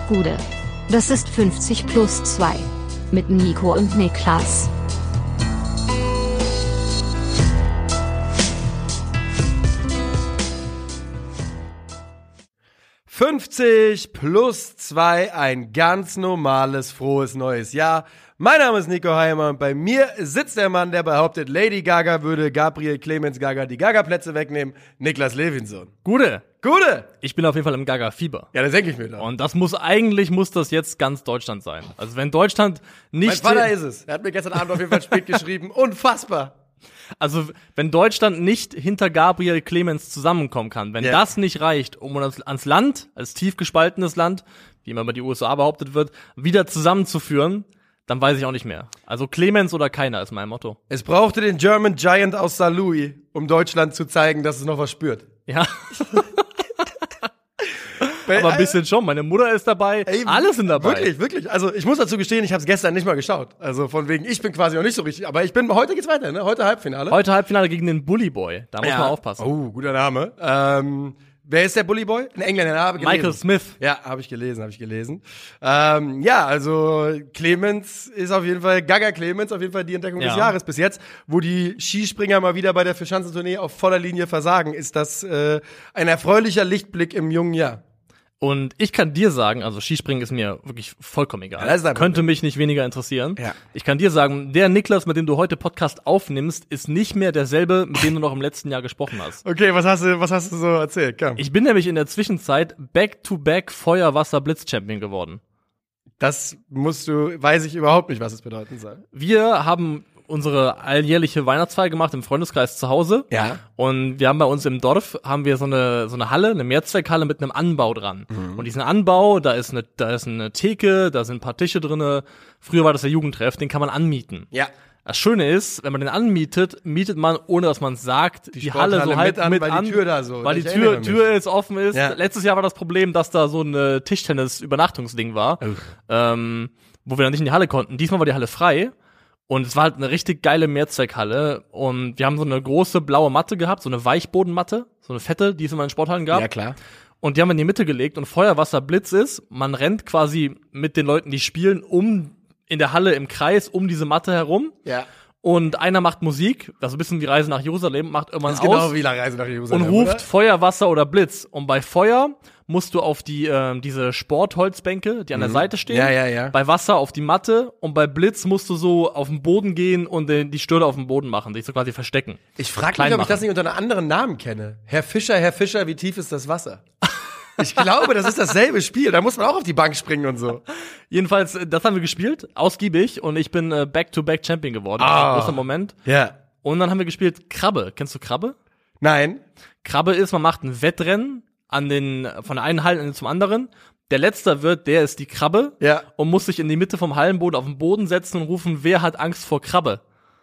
Gude. Das ist 50 plus 2. Mit Nico und Niklas. »50 plus 2, ein ganz normales, frohes neues Jahr. Mein Name ist Nico Heimer und bei mir sitzt der Mann, der behauptet, Lady Gaga würde Gabriel Clemens Gaga die Gaga-Plätze wegnehmen, Niklas Levinson. Gute. Gute! Ich bin auf jeden Fall im Gaga-Fieber. Ja, das denke ich mir doch. Und das muss das jetzt ganz Deutschland sein. Also wenn Deutschland nicht... Mein Vater ist es. Er hat mir gestern Abend auf jeden Fall spät geschrieben. Unfassbar. Also wenn Deutschland nicht hinter Gabriel Clemens zusammenkommen kann, wenn das nicht reicht, um uns ans Land, als tief gespaltenes Land, wie immer bei die USA behauptet wird, wieder zusammenzuführen, dann weiß ich auch nicht mehr. Also Clemens oder keiner ist mein Motto. Es brauchte den German Giant aus St. Louis, um Deutschland zu zeigen, dass es noch was spürt. Ja. Aber ein bisschen schon. Meine Mutter ist dabei. Ey, alle sind dabei. Wirklich. Also ich muss dazu gestehen, ich habe es gestern nicht mal geschaut. Also von wegen, ich bin quasi noch nicht so richtig. Aber heute geht's weiter, ne? Heute Halbfinale. Heute Halbfinale gegen den Bully Boy. Da muss man aufpassen. Oh, guter Name. Wer ist der Bully Boy? Ein Engländer, habe ich gelesen. Michael Smith. Ja, habe ich gelesen. Also Clemens ist auf jeden Fall, Gaga Clemens auf jeden Fall die Entdeckung des Jahres bis jetzt. Wo die Skispringer mal wieder bei der Vierschanzentournee auf voller Linie versagen, ist das ein erfreulicher Lichtblick im jungen Jahr. Und ich kann dir sagen, also Skispringen ist mir wirklich vollkommen egal. Ja, könnte mich nicht weniger interessieren. Ja. Ich kann dir sagen, der Niklas, mit dem du heute Podcast aufnimmst, ist nicht mehr derselbe, mit dem du noch im letzten Jahr gesprochen hast. Okay, was hast du so erzählt? Komm. Ich bin nämlich in der Zwischenzeit Back-to-Back Feuer-Wasser-Blitz-Champion geworden. Das weiß ich überhaupt nicht, was es bedeuten soll. Wir haben unsere alljährliche Weihnachtsfeier gemacht im Freundeskreis zu Hause. Ja. Und wir haben bei uns im Dorf so eine Halle, eine Mehrzweckhalle mit einem Anbau dran. Und diesen Anbau, da ist eine Theke, da sind ein paar Tische drinne. Früher war das der Jugendtreff, den kann man anmieten. Ja. Das Schöne ist, wenn man den anmietet, mietet man, ohne dass man es sagt, die Halle so halb mit an, weil die Tür da so. Weil die Tür jetzt offen ist. Ja. Letztes Jahr war das Problem, dass da so ein Tischtennis-Übernachtungsding war, wo wir dann nicht in die Halle konnten. Diesmal war die Halle frei. Und es war halt eine richtig geile Mehrzweckhalle. Und wir haben so eine große blaue Matte gehabt, so eine Weichbodenmatte, so eine fette, die es immer in Sporthallen gab. Ja, klar. Und die haben wir in die Mitte gelegt. Und Feuer, Wasser, Blitz ist, man rennt quasi mit den Leuten, die spielen, in der Halle im Kreis um diese Matte herum. Ja. Und einer macht Musik, das ist ein bisschen wie Reise nach Jerusalem, macht irgendwann das ist genau wie Reise nach Jerusalem. Und ruft oder? Feuer, Wasser oder Blitz. Und bei Feuer musst du auf diese Sportholzbänke, die an der Seite stehen. Ja. Bei Wasser auf die Matte. Und bei Blitz musst du so auf den Boden gehen und die Stürde auf dem Boden machen, dich so quasi verstecken. Ich frage mich, ob ich das nicht unter einem anderen Namen kenne. Herr Fischer, wie tief ist das Wasser? Ich glaube, das ist dasselbe Spiel. Da muss man auch auf die Bank springen und so. Jedenfalls, das haben wir gespielt, ausgiebig. Und ich bin Back-to-Back Champion geworden. Großer Moment. Ja. Und dann haben wir gespielt Krabbe. Kennst du Krabbe? Nein. Krabbe ist, man macht ein Wettrennen von der einen Hallenende zum anderen. Der Letzter der ist die Krabbe. Ja. Und muss sich in die Mitte vom Hallenboden auf den Boden setzen und rufen, wer hat Angst vor Krabbe?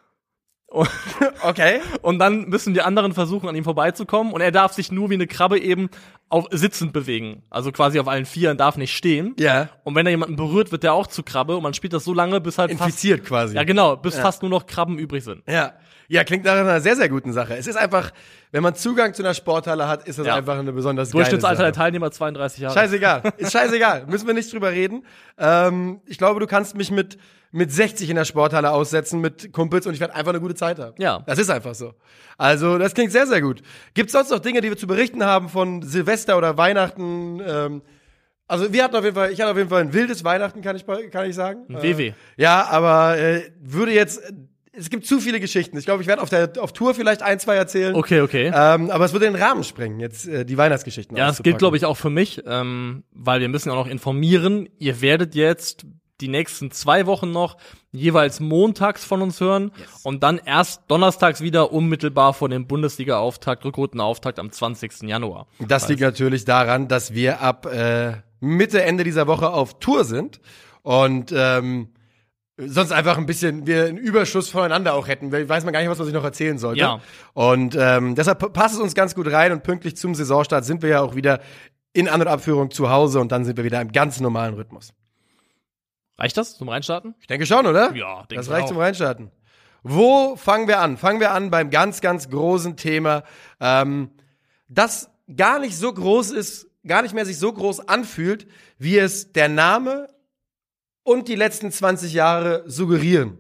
Okay. Und dann müssen die anderen versuchen, an ihm vorbeizukommen. Und er darf sich nur wie eine Krabbe eben sitzend bewegen. Also quasi auf allen Vieren, darf nicht stehen. Ja. Und wenn er jemanden berührt, wird der auch zu Krabbe. Und man spielt das so lange, bis halt infiziert quasi. Ja, genau, bis fast nur noch Krabben übrig sind. Ja. Ja, klingt nach einer sehr, sehr guten Sache. Es ist einfach, wenn man Zugang zu einer Sporthalle hat, ist das einfach eine besonders geile Sache. Durchschnittsalter der Teilnehmer 32 Jahre. Ist scheißegal. Müssen wir nicht drüber reden. Ich glaube, du kannst mich mit 60 in der Sporthalle aussetzen mit Kumpels und ich werde einfach eine gute Zeit haben. Ja. Das ist einfach so. Also, das klingt sehr, sehr gut. Gibt's sonst noch Dinge, die wir zu berichten haben von Silvester oder Weihnachten? Also, ich hatte auf jeden Fall ein wildes Weihnachten, kann ich sagen. Ein WW. Ja, aber es gibt zu viele Geschichten. Ich glaube, ich werde auf Tour vielleicht 1, 2 erzählen. Okay. Aber es würde den Rahmen sprengen, jetzt die Weihnachtsgeschichten Ja, das gilt, glaube ich, auch für mich, weil wir müssen auch noch informieren. Ihr werdet jetzt die nächsten 2 Wochen noch jeweils montags von uns hören und dann erst donnerstags wieder unmittelbar vor dem Bundesliga-Auftakt, Rückrundenauftakt am 20. Januar. Das liegt natürlich daran, dass wir ab Mitte, Ende dieser Woche auf Tour sind und sonst einfach wir einen Überschuss voneinander auch hätten. Weiß man gar nicht, was man sich noch erzählen sollte. Ja. Und deshalb passt es uns ganz gut rein und pünktlich zum Saisonstart sind wir ja auch wieder in An- und Abführung zu Hause und dann sind wir wieder im ganz normalen Rhythmus. Reicht das zum Reinstarten? Ich denke schon, oder? Ja, denke ich Das reicht auch. zum Reinstarten. Wo fangen wir an? Fangen wir an beim ganz, ganz großen Thema, das gar nicht so groß ist, gar nicht mehr sich so groß anfühlt, wie es der Name und die letzten 20 Jahre suggerieren.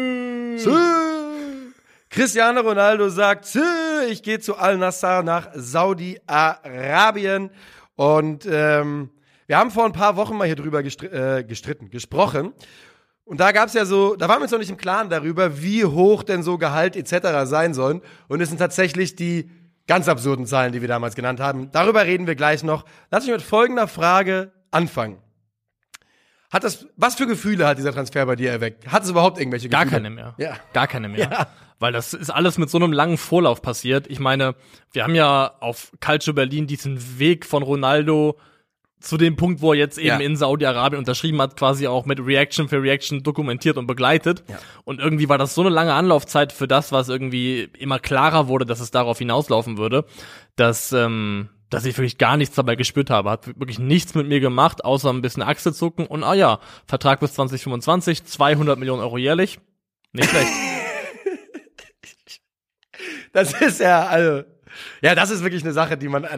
Cristiano Ronaldo sagt, ich gehe zu Al-Nassr nach Saudi-Arabien. Und wir haben vor ein paar Wochen mal hier drüber gesprochen. Und da gab's ja so, da waren wir uns noch nicht im Klaren darüber, wie hoch denn so Gehalt etc. sein sollen. Und es sind tatsächlich die ganz absurden Zahlen, die wir damals genannt haben. Darüber reden wir gleich noch. Lass mich mit folgender Frage anfangen. Was für Gefühle hat dieser Transfer bei dir erweckt? Hat es überhaupt irgendwelche Gefühle? Gar keine mehr. Ja. Gar keine mehr. Ja. Weil das ist alles mit so einem langen Vorlauf passiert. Ich meine, wir haben ja auf Calcio Berlin diesen Weg von Ronaldo zu dem Punkt, wo er jetzt eben in Saudi-Arabien unterschrieben hat, quasi auch mit Reaction für Reaction dokumentiert und begleitet. Ja. Und irgendwie war das so eine lange Anlaufzeit für das, was irgendwie immer klarer wurde, dass es darauf hinauslaufen würde, dass ich wirklich gar nichts dabei gespürt habe. Hat wirklich nichts mit mir gemacht, außer ein bisschen Achselzucken und Vertrag bis 2025, 200 Millionen Euro jährlich. Nicht schlecht. Das ist das ist wirklich eine Sache, die man,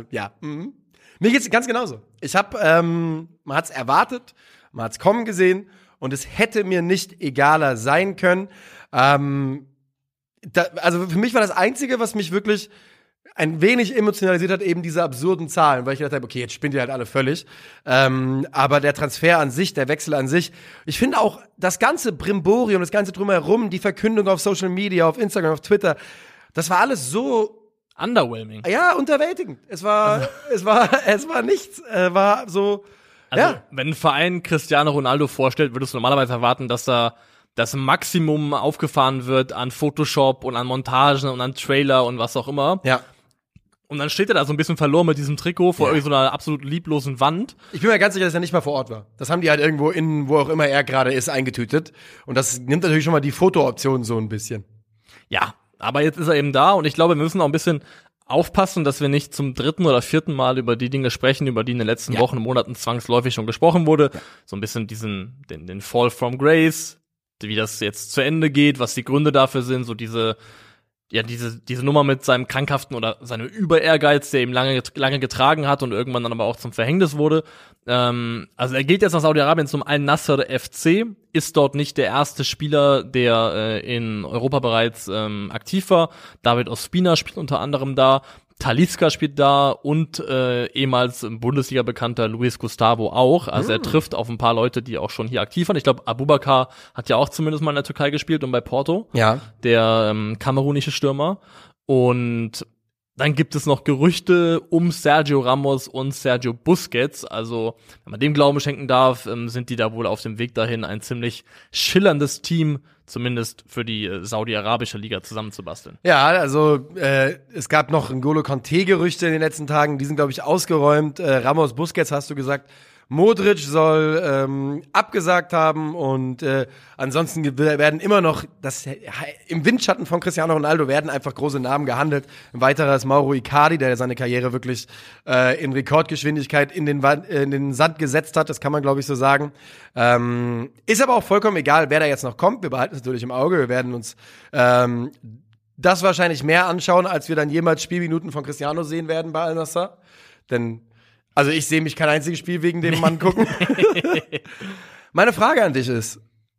Mir geht's ganz genauso. Man hat's erwartet, man hat's kommen gesehen und es hätte mir nicht egaler sein können. Also für mich war das Einzige, was mich wirklich ein wenig emotionalisiert hat, eben diese absurden Zahlen, weil ich gedacht habe, okay, jetzt spinnt ihr halt alle völlig. Aber der Transfer an sich, der Wechsel an sich, ich finde auch das ganze Brimborium, das ganze Drumherum, die Verkündung auf Social Media, auf Instagram, auf Twitter, das war alles so underwhelming. Ja, unterwältigend. Es war nichts. War so. Also, wenn ein Verein Cristiano Ronaldo vorstellt, würdest du normalerweise erwarten, dass da das Maximum aufgefahren wird an Photoshop und an Montagen und an Trailer und was auch immer. Ja. Und dann steht er da so ein bisschen verloren mit diesem Trikot vor irgendwie so einer absolut lieblosen Wand. Ich bin mir ganz sicher, dass er nicht mal vor Ort war. Das haben die halt irgendwo wo auch immer er gerade ist, eingetütet. Und das nimmt natürlich schon mal die Fotooption so ein bisschen. Ja, aber jetzt ist er eben da und ich glaube, wir müssen auch ein bisschen aufpassen, dass wir nicht zum 3. oder 4. Mal über die Dinge sprechen, über die in den letzten Wochen und Monaten zwangsläufig schon gesprochen wurde. Ja. So ein bisschen den Fall from Grace, wie das jetzt zu Ende geht, was die Gründe dafür sind, so diese Nummer mit seinem krankhaften oder seinem Über-Ehrgeiz, der ihm lange getragen hat und irgendwann dann aber auch zum Verhängnis wurde. Also er geht jetzt nach Saudi-Arabien zum Al-Nassr FC, ist dort nicht der erste Spieler, der in Europa bereits aktiv war. David Ospina spielt unter anderem da, Talisca spielt da und ehemals Bundesliga bekannter Luis Gustavo auch. Also er trifft auf ein paar Leute, die auch schon hier aktiv waren. Ich glaube, Abubakar hat ja auch zumindest mal in der Türkei gespielt und bei Porto. Ja. Der kamerunische Stürmer. Und dann gibt es noch Gerüchte um Sergio Ramos und Sergio Busquets. Also, wenn man dem Glauben schenken darf, sind die da wohl auf dem Weg dahin, ein ziemlich schillerndes Team zumindest für die saudi-arabische Liga zusammenzubasteln. Ja, also es gab noch N'Golo Kanté-Gerüchte in den letzten Tagen, die sind, glaube ich, ausgeräumt. Ramos, Busquets, hast du gesagt. Modric soll abgesagt haben und ansonsten werden immer noch im Windschatten von Cristiano Ronaldo werden einfach große Namen gehandelt. Ein weiterer ist Mauro Icardi, der seine Karriere wirklich in Rekordgeschwindigkeit in den Sand gesetzt hat, das kann man, glaube ich, so sagen. Ist aber auch vollkommen egal, wer da jetzt noch kommt. Wir behalten es natürlich im Auge. Wir werden uns das wahrscheinlich mehr anschauen, als wir dann jemals Spielminuten von Cristiano sehen werden bei Al-Nassr. Denn also ich sehe mich kein einziges Spiel wegen dem Mann gucken. Meine Frage an dich ist,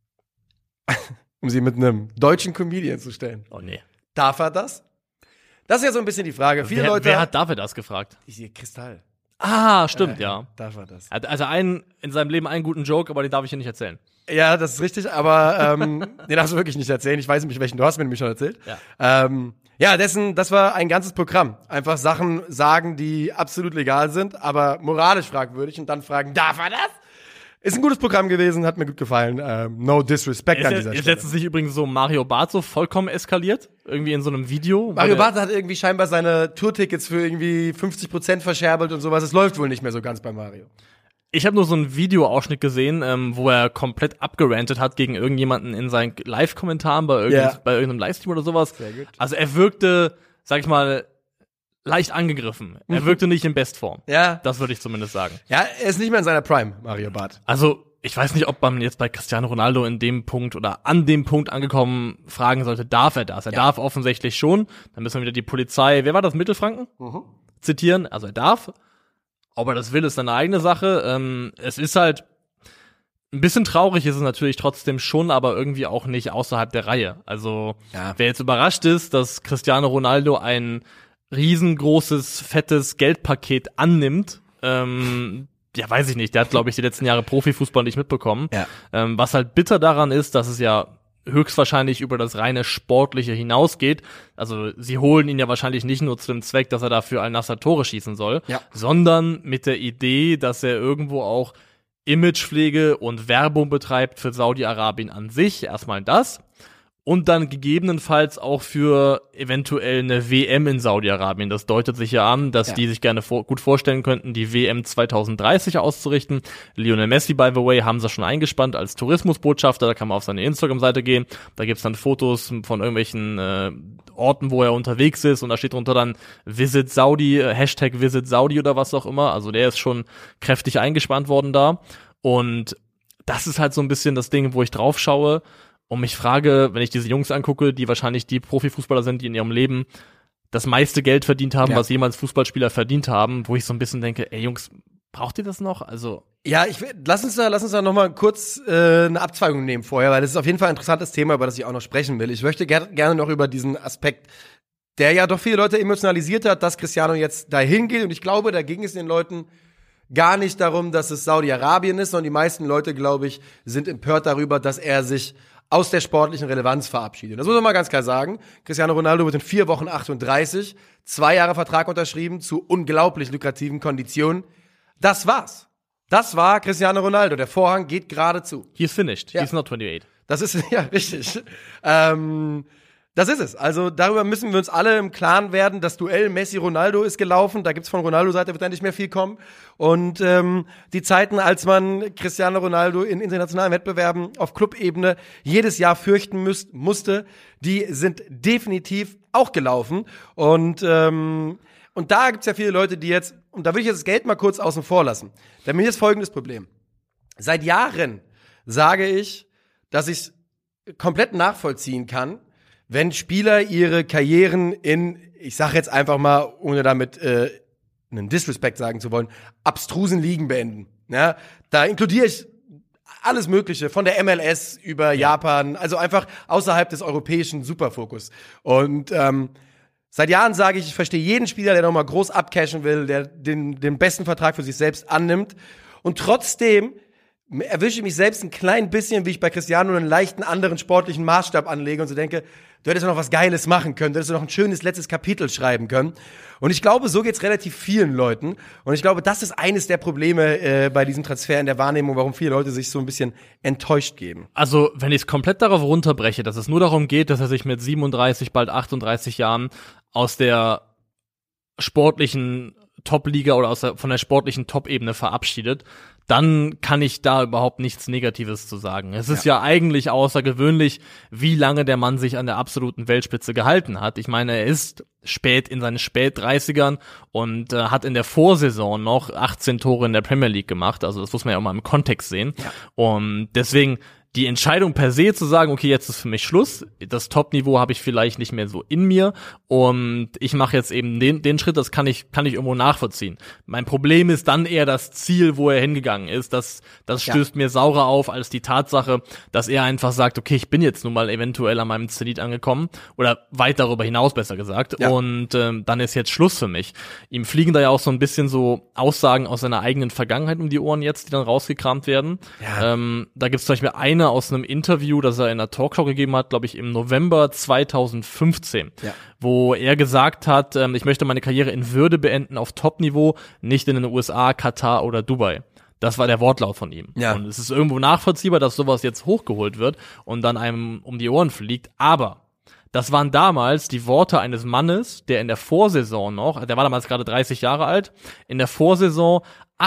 um sie mit einem deutschen Comedian zu stellen. Oh nee. Darf er das? Das ist ja so ein bisschen die Frage. Wer hat dafür das gefragt? Kristall. Ah, stimmt, ja. Darf er das? Er hat also in seinem Leben einen guten Joke, aber den darf ich hier nicht erzählen. Ja, das ist richtig, aber den darfst du wirklich nicht erzählen. Ich weiß nämlich, welchen du hast mir nämlich schon erzählt. Ja. Das war ein ganzes Programm. Einfach Sachen sagen, die absolut legal sind, aber moralisch fragwürdig und dann fragen, darf er das? Ist ein gutes Programm gewesen, hat mir gut gefallen. No disrespect an dieser Stelle. Jetzt letztens sich übrigens so Mario Barth so vollkommen eskaliert, irgendwie in so einem Video. Mario Barth hat irgendwie scheinbar seine Tourtickets für irgendwie 50% verscherbelt und sowas. Es läuft wohl nicht mehr so ganz bei Mario. Ich habe nur so einen Videoausschnitt gesehen, wo er komplett abgerantet hat gegen irgendjemanden in seinen Live-Kommentaren bei irgendeinem Livestream oder sowas. Sehr gut. Also er wirkte, sag ich mal, leicht angegriffen. Er wirkte nicht in Bestform. Ja. Das würde ich zumindest sagen. Ja, er ist nicht mehr in seiner Prime, Mario Barth. Also, ich weiß nicht, ob man jetzt bei Cristiano Ronaldo in dem Punkt oder an dem Punkt angekommen fragen sollte, darf er das? Er darf offensichtlich schon. Dann müssen wir wieder die Polizei, wer war das, Mittelfranken? Zitieren. Also er darf. Ob er das will, ist eine eigene Sache. Es ist halt ein bisschen traurig ist es natürlich trotzdem schon, aber irgendwie auch nicht außerhalb der Reihe. Also, wer jetzt überrascht ist, dass Cristiano Ronaldo ein riesengroßes, fettes Geldpaket annimmt, weiß ich nicht. Der hat, glaube ich, die letzten Jahre Profifußball nicht mitbekommen. Ja. Was halt bitter daran ist, dass es ja höchstwahrscheinlich über das reine Sportliche hinausgeht. Also sie holen ihn ja wahrscheinlich nicht nur zu dem Zweck, dass er dafür Al-Nassr Tore schießen soll, sondern mit der Idee, dass er irgendwo auch Imagepflege und Werbung betreibt für Saudi-Arabien an sich. Erstmal das. Und dann gegebenenfalls auch für eventuell eine WM in Saudi-Arabien. Das deutet sich ja an, dass die sich gerne gut vorstellen könnten, die WM 2030 auszurichten. Lionel Messi, by the way, haben sie schon eingespannt als Tourismusbotschafter. Da kann man auf seine Instagram-Seite gehen. Da gibt's dann Fotos von irgendwelchen Orten, wo er unterwegs ist. Und da steht drunter dann Visit Saudi, Hashtag Visit Saudi oder was auch immer. Also der ist schon kräftig eingespannt worden da. Und das ist halt so ein bisschen das Ding, wo ich drauf schaue und mich frage, wenn ich diese Jungs angucke, die wahrscheinlich die Profifußballer sind, die in ihrem Leben das meiste Geld verdient haben, was jemals Fußballspieler verdient haben, wo ich so ein bisschen denke, ey Jungs, braucht ihr das noch? Also lass uns da noch mal kurz eine Abzweigung nehmen vorher, weil das ist auf jeden Fall ein interessantes Thema, über das ich auch noch sprechen will. Ich möchte gerne noch über diesen Aspekt, der ja doch viele Leute emotionalisiert hat, dass Cristiano jetzt dahin geht, und ich glaube, da ging es den Leuten gar nicht darum, dass es Saudi-Arabien ist, sondern die meisten Leute, glaube ich, sind empört darüber, dass er sich aus der sportlichen Relevanz verabschiedet. Das muss man mal ganz klar sagen. Cristiano Ronaldo wird in 4 Wochen 38, 2 Jahre Vertrag unterschrieben, zu unglaublich lukrativen Konditionen. Das war's. Das war Cristiano Ronaldo. Der Vorhang geht gerade zu. He's finished. He's not 28. Das ist, ja, richtig. Das ist es. Also darüber müssen wir uns alle im Klaren werden. Das Duell Messi-Ronaldo ist gelaufen. Da gibt's von Ronaldo-Seite wird da nicht mehr viel kommen. Und die Zeiten, als man Cristiano Ronaldo in internationalen Wettbewerben auf Clubebene jedes Jahr fürchten musste, die sind definitiv auch gelaufen. Und da gibt's ja viele Leute, die jetzt, und da will ich jetzt das Geld mal kurz außen vor lassen. Denn mir ist folgendes Problem. Seit Jahren sage ich, dass ich komplett nachvollziehen kann, wenn Spieler ihre Karrieren in, ich sag jetzt einfach mal, ohne damit einen Disrespect sagen zu wollen, abstrusen Ligen beenden. Ja, da inkludiere ich alles Mögliche, von der MLS über Japan, also einfach außerhalb des europäischen Superfokus. Und seit Jahren sage ich verstehe jeden Spieler, der nochmal groß abcashen will, der den besten Vertrag für sich selbst annimmt. Und trotzdem erwische ich mich selbst ein klein bisschen, wie ich bei Cristiano einen leichten anderen sportlichen Maßstab anlege und so denke, du hättest noch was Geiles machen können, du hättest noch ein schönes letztes Kapitel schreiben können. Und ich glaube, so geht's relativ vielen Leuten. Und ich glaube, das ist eines der Probleme bei diesem Transfer in der Wahrnehmung, warum viele Leute sich so ein bisschen enttäuscht geben. Also, wenn ich es komplett darauf runterbreche, dass es nur darum geht, dass er sich mit 37, bald 38 Jahren aus der sportlichen Top-Liga oder von der sportlichen Top-Ebene verabschiedet, dann kann ich da überhaupt nichts Negatives zu sagen. Es ist ja eigentlich außergewöhnlich, wie lange der Mann sich an der absoluten Weltspitze gehalten hat. Ich meine, er ist in seinen Spät-30ern und hat in der Vorsaison noch 18 Tore in der Premier League gemacht. Also das muss man ja auch mal im Kontext sehen. Ja. Und deswegen die Entscheidung per se zu sagen, okay, jetzt ist für mich Schluss, das Top-Niveau habe ich vielleicht nicht mehr so in mir und ich mache jetzt eben den Schritt, das kann ich irgendwo nachvollziehen. Mein Problem ist dann eher das Ziel, wo er hingegangen ist. Das stößt mir saurer auf als die Tatsache, dass er einfach sagt, okay, ich bin jetzt nun mal eventuell an meinem Zenit angekommen oder weit darüber hinaus, besser gesagt, und dann ist jetzt Schluss für mich. Ihm fliegen da ja auch so ein bisschen so Aussagen aus seiner eigenen Vergangenheit um die Ohren jetzt, die dann rausgekramt werden. Ja. Da gibt's zum Beispiel eine aus einem Interview, das er in einer Talkshow gegeben hat, glaube ich, im November 2015, wo er gesagt hat, ich möchte meine Karriere in Würde beenden auf Top-Niveau, nicht in den USA, Katar oder Dubai. Das war der Wortlaut von ihm. Ja. Und es ist irgendwo nachvollziehbar, dass sowas jetzt hochgeholt wird und dann einem um die Ohren fliegt, aber das waren damals die Worte eines Mannes, der in der Vorsaison noch, der war damals gerade 30 Jahre alt, in der Vorsaison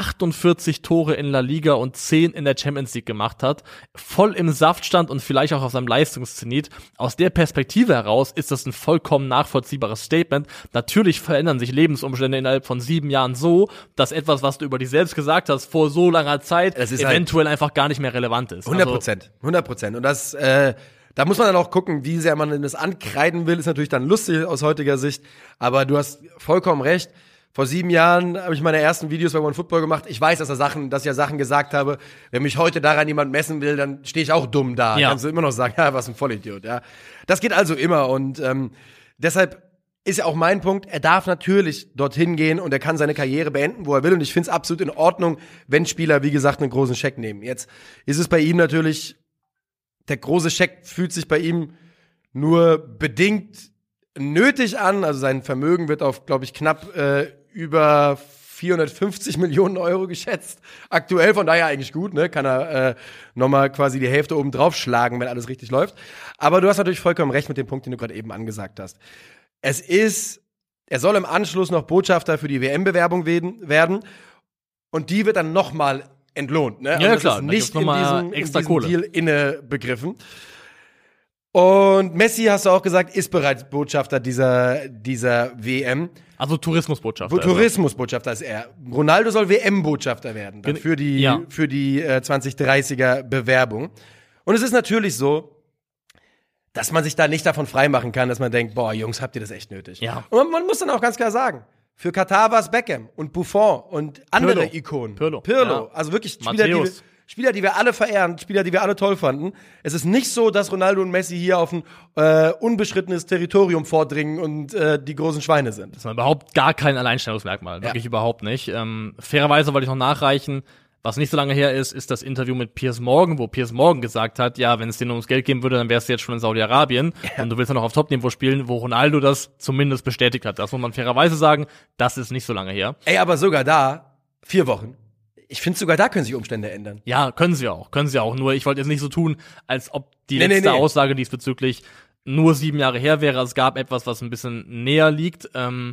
48 Tore in La Liga und 10 in der Champions League gemacht hat, voll im Saft stand und vielleicht auch auf seinem Leistungszenit. Aus der Perspektive heraus ist das ein vollkommen nachvollziehbares Statement. Natürlich verändern sich Lebensumstände innerhalb von 7 Jahren so, dass etwas, was du über dich selbst gesagt hast, vor so langer Zeit eventuell halt einfach gar nicht mehr relevant ist. 100%. Und das, da muss man dann auch gucken, wie sehr man das ankreiden will, ist natürlich dann lustig aus heutiger Sicht. Aber du hast vollkommen recht. Vor 7 Jahren habe ich meine ersten Videos bei OneFootball gemacht. Ich weiß, dass ich Sachen gesagt habe. Wenn mich heute daran jemand messen will, dann stehe ich auch dumm da. Ja. Kannst du immer noch sagen, ja, was ein Vollidiot. Ja, das geht also immer. Und deshalb ist ja auch mein Punkt, er darf natürlich dorthin gehen und er kann seine Karriere beenden, wo er will. Und ich finde es absolut in Ordnung, wenn Spieler, wie gesagt, einen großen Scheck nehmen. Jetzt ist es bei ihm natürlich, der große Scheck fühlt sich bei ihm nur bedingt nötig an. Also sein Vermögen wird auf, glaube ich, knapp über 450 Millionen Euro geschätzt. Aktuell, von daher eigentlich gut, ne? Kann er nochmal quasi die Hälfte oben drauf schlagen, wenn alles richtig läuft. Aber du hast natürlich vollkommen recht mit dem Punkt, den du gerade eben angesagt hast. Er soll im Anschluss noch Botschafter für die WM-Bewerbung werden und die wird dann nochmal entlohnt. Ne? Ja, also klar, das ist nicht in extra diesem Kohle. Deal inbegriffen. Und Messi, hast du auch gesagt, ist bereits Botschafter dieser WM. Also Tourismusbotschafter. Tourismusbotschafter ist er. Ronaldo soll WM-Botschafter werden dann für die 2030er Bewerbung. Und es ist natürlich so, dass man sich da nicht davon freimachen kann, dass man denkt, boah, Jungs, habt ihr das echt nötig? Ja. Und man muss dann auch ganz klar sagen, für Katar war es Beckham und Buffon und andere Ikonen. Pirlo. Ja. Also wirklich Spieler, die wir alle verehren, Spieler, die wir alle toll fanden. Es ist nicht so, dass Ronaldo und Messi hier auf ein unbeschrittenes Territorium vordringen und die großen Schweine sind. Das ist überhaupt gar kein Alleinstellungsmerkmal. Wirklich überhaupt nicht. Fairerweise wollte ich noch nachreichen, was nicht so lange her ist das Interview mit Piers Morgan, wo Piers Morgan gesagt hat, ja, wenn es dir nur ums Geld gehen würde, dann wärst du jetzt schon in Saudi-Arabien und du willst dann noch auf Top-Niveau spielen, wo Ronaldo das zumindest bestätigt hat. Das muss man fairerweise sagen, das ist nicht so lange her. Ey, aber sogar da, 4 Wochen. Ich finde, sogar da können sich Umstände ändern. Ja, können sie auch. Nur ich wollte jetzt nicht so tun, als ob die letzte Aussage diesbezüglich nur 7 Jahre her wäre. Es gab etwas, was ein bisschen näher liegt. Und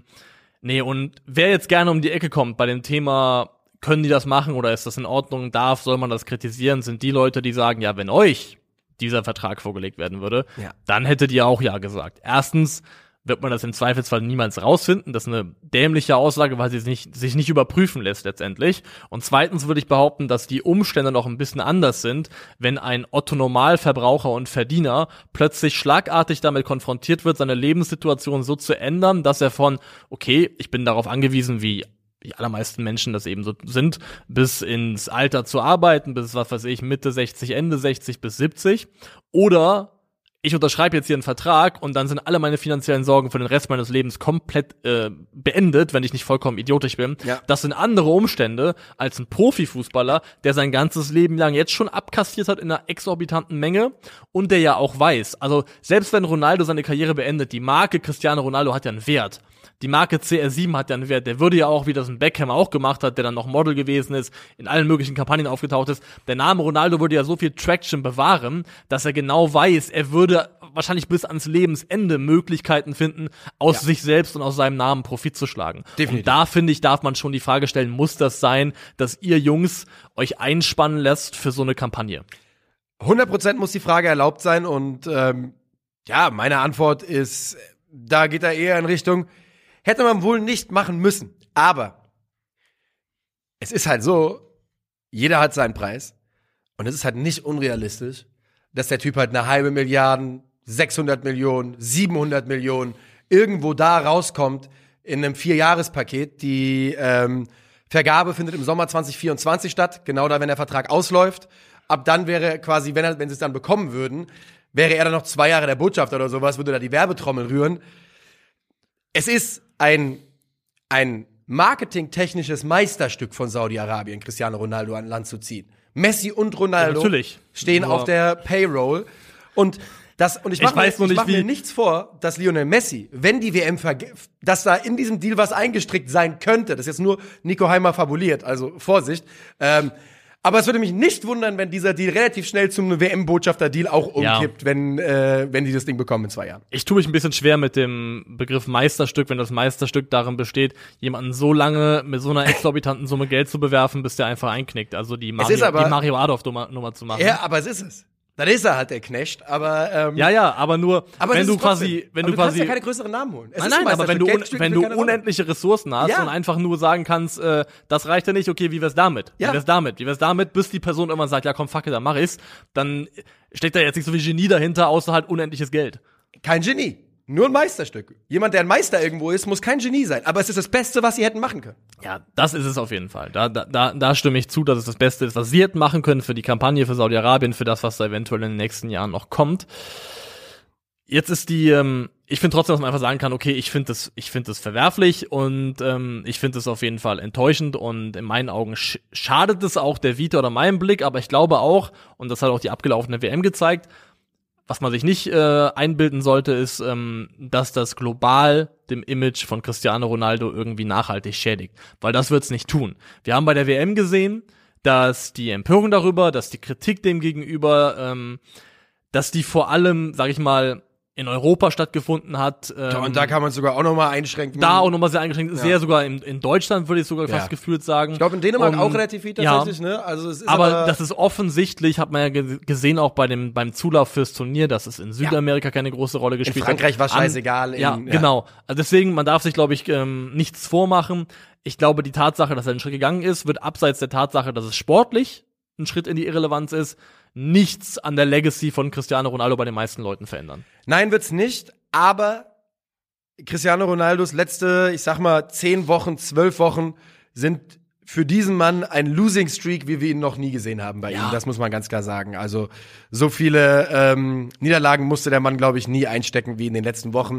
wer jetzt gerne um die Ecke kommt bei dem Thema, können die das machen oder ist das in Ordnung, soll man das kritisieren, sind die Leute, die sagen, ja, wenn euch dieser Vertrag vorgelegt werden würde, dann hättet ihr auch ja gesagt. Erstens wird man das im Zweifelsfall niemals rausfinden. Das ist eine dämliche Aussage, weil sie sich nicht überprüfen lässt letztendlich. Und zweitens würde ich behaupten, dass die Umstände noch ein bisschen anders sind, wenn ein Otto-Normalverbraucher und Verdiener plötzlich schlagartig damit konfrontiert wird, seine Lebenssituation so zu ändern, dass er von, okay, ich bin darauf angewiesen, wie die allermeisten Menschen das eben so sind, bis ins Alter zu arbeiten, bis, was weiß ich, Mitte 60, Ende 60 bis 70. Oder ich unterschreibe jetzt hier einen Vertrag und dann sind alle meine finanziellen Sorgen für den Rest meines Lebens komplett beendet, wenn ich nicht vollkommen idiotisch bin. Ja. Das sind andere Umstände als ein Profifußballer, der sein ganzes Leben lang jetzt schon abkassiert hat in einer exorbitanten Menge und der ja auch weiß, also selbst wenn Ronaldo seine Karriere beendet, die Marke Cristiano Ronaldo hat ja einen Wert. Die Marke CR7 hat ja einen Wert. Der würde ja auch, wie das ein Beckham auch gemacht hat, der dann noch Model gewesen ist, in allen möglichen Kampagnen aufgetaucht ist. Der Name Ronaldo würde ja so viel Traction bewahren, dass er genau weiß, er würde wahrscheinlich bis ans Lebensende Möglichkeiten finden, aus sich selbst und aus seinem Namen Profit zu schlagen. Definitiv. Und da, finde ich, darf man schon die Frage stellen, muss das sein, dass ihr Jungs euch einspannen lässt für so eine Kampagne? 100% muss die Frage erlaubt sein und meine Antwort ist, da geht er eher in Richtung, hätte man wohl nicht machen müssen. Aber es ist halt so, jeder hat seinen Preis. Und es ist halt nicht unrealistisch, dass der Typ halt eine halbe Milliarde, 600 Millionen, 700 Millionen irgendwo da rauskommt in einem 4-Jahres-Paket. Die Vergabe findet im Sommer 2024 statt, genau da, wenn der Vertrag ausläuft. Ab dann wäre quasi, wenn sie es dann bekommen würden, wäre er dann noch 2 Jahre der Botschafter oder sowas, würde da die Werbetrommel rühren. Es ist ein marketingtechnisches Meisterstück von Saudi-Arabien, Cristiano Ronaldo an Land zu ziehen. Messi und Ronaldo stehen auf der Payroll. Und ich mache mir nichts vor, dass Lionel Messi, wenn die WM dass da in diesem Deal was eingestrickt sein könnte, das ist jetzt nur Nico Heimer fabuliert, also Vorsicht, aber es würde mich nicht wundern, wenn dieser Deal relativ schnell zum WM-Botschafter-Deal auch umkippt, wenn die das Ding bekommen in 2 Jahren. Ich tue mich ein bisschen schwer mit dem Begriff Meisterstück, wenn das Meisterstück darin besteht, jemanden so lange mit so einer exorbitanten Summe Geld zu bewerfen, bis der einfach einknickt. Also die Mario Adolf-Nummer zu machen. Ja, aber es ist es. Dann ist er halt der Knecht, aber aber wenn du kannst ja keine größeren Namen holen. Nein, aber wenn du unendliche Ressourcen hast und einfach nur sagen kannst, das reicht ja nicht, okay, wie wär's damit? Ja. Wie wär's damit, bis die Person irgendwann sagt, ja komm, fuck it, dann mach ich's, dann steckt da jetzt nicht so viel Genie dahinter, außer halt unendliches Geld. Kein Genie. Nur ein Meisterstück. Jemand, der ein Meister irgendwo ist, muss kein Genie sein. Aber es ist das Beste, was sie hätten machen können. Ja, das ist es auf jeden Fall. Da stimme ich zu, dass es das Beste ist, was sie hätten machen können für die Kampagne für Saudi-Arabien, für das, was da eventuell in den nächsten Jahren noch kommt. Jetzt ist ich finde trotzdem, dass man einfach sagen kann, okay, ich finde das verwerflich und ich finde es auf jeden Fall enttäuschend und in meinen Augen schadet es auch der Vita oder meinem Blick, aber ich glaube auch, und das hat auch die abgelaufene WM gezeigt, was man sich nicht einbilden sollte, ist, dass das global dem Image von Cristiano Ronaldo irgendwie nachhaltig schädigt. Weil das wird's nicht tun. Wir haben bei der WM gesehen, dass die Empörung darüber, dass die Kritik dem gegenüber, dass die vor allem, sag ich mal, in Europa stattgefunden hat. Und da kann man sogar auch nochmal einschränken. Da auch nochmal sehr eingeschränkt. Ja. Sehr sogar in Deutschland, würde ich sogar fast gefühlt sagen. Ich glaube, in Dänemark auch relativ viel tatsächlich, ne? Also es ist aber das ist offensichtlich, hat man ja gesehen, auch beim Zulauf fürs Turnier, dass es in Südamerika keine große Rolle gespielt hat. In Frankreich war scheißegal. Genau. Also deswegen, man darf sich, glaube ich, nichts vormachen. Ich glaube, die Tatsache, dass er einen Schritt gegangen ist, wird abseits der Tatsache, dass es sportlich ein Schritt in die Irrelevanz ist, nichts an der Legacy von Cristiano Ronaldo bei den meisten Leuten verändern. Nein, wird's nicht, aber Cristiano Ronaldos letzte, ich sag mal, 10 Wochen, 12 Wochen sind für diesen Mann ein Losing Streak, wie wir ihn noch nie gesehen haben bei ihm. Das muss man ganz klar sagen. Also so viele Niederlagen musste der Mann, glaube ich, nie einstecken wie in den letzten Wochen.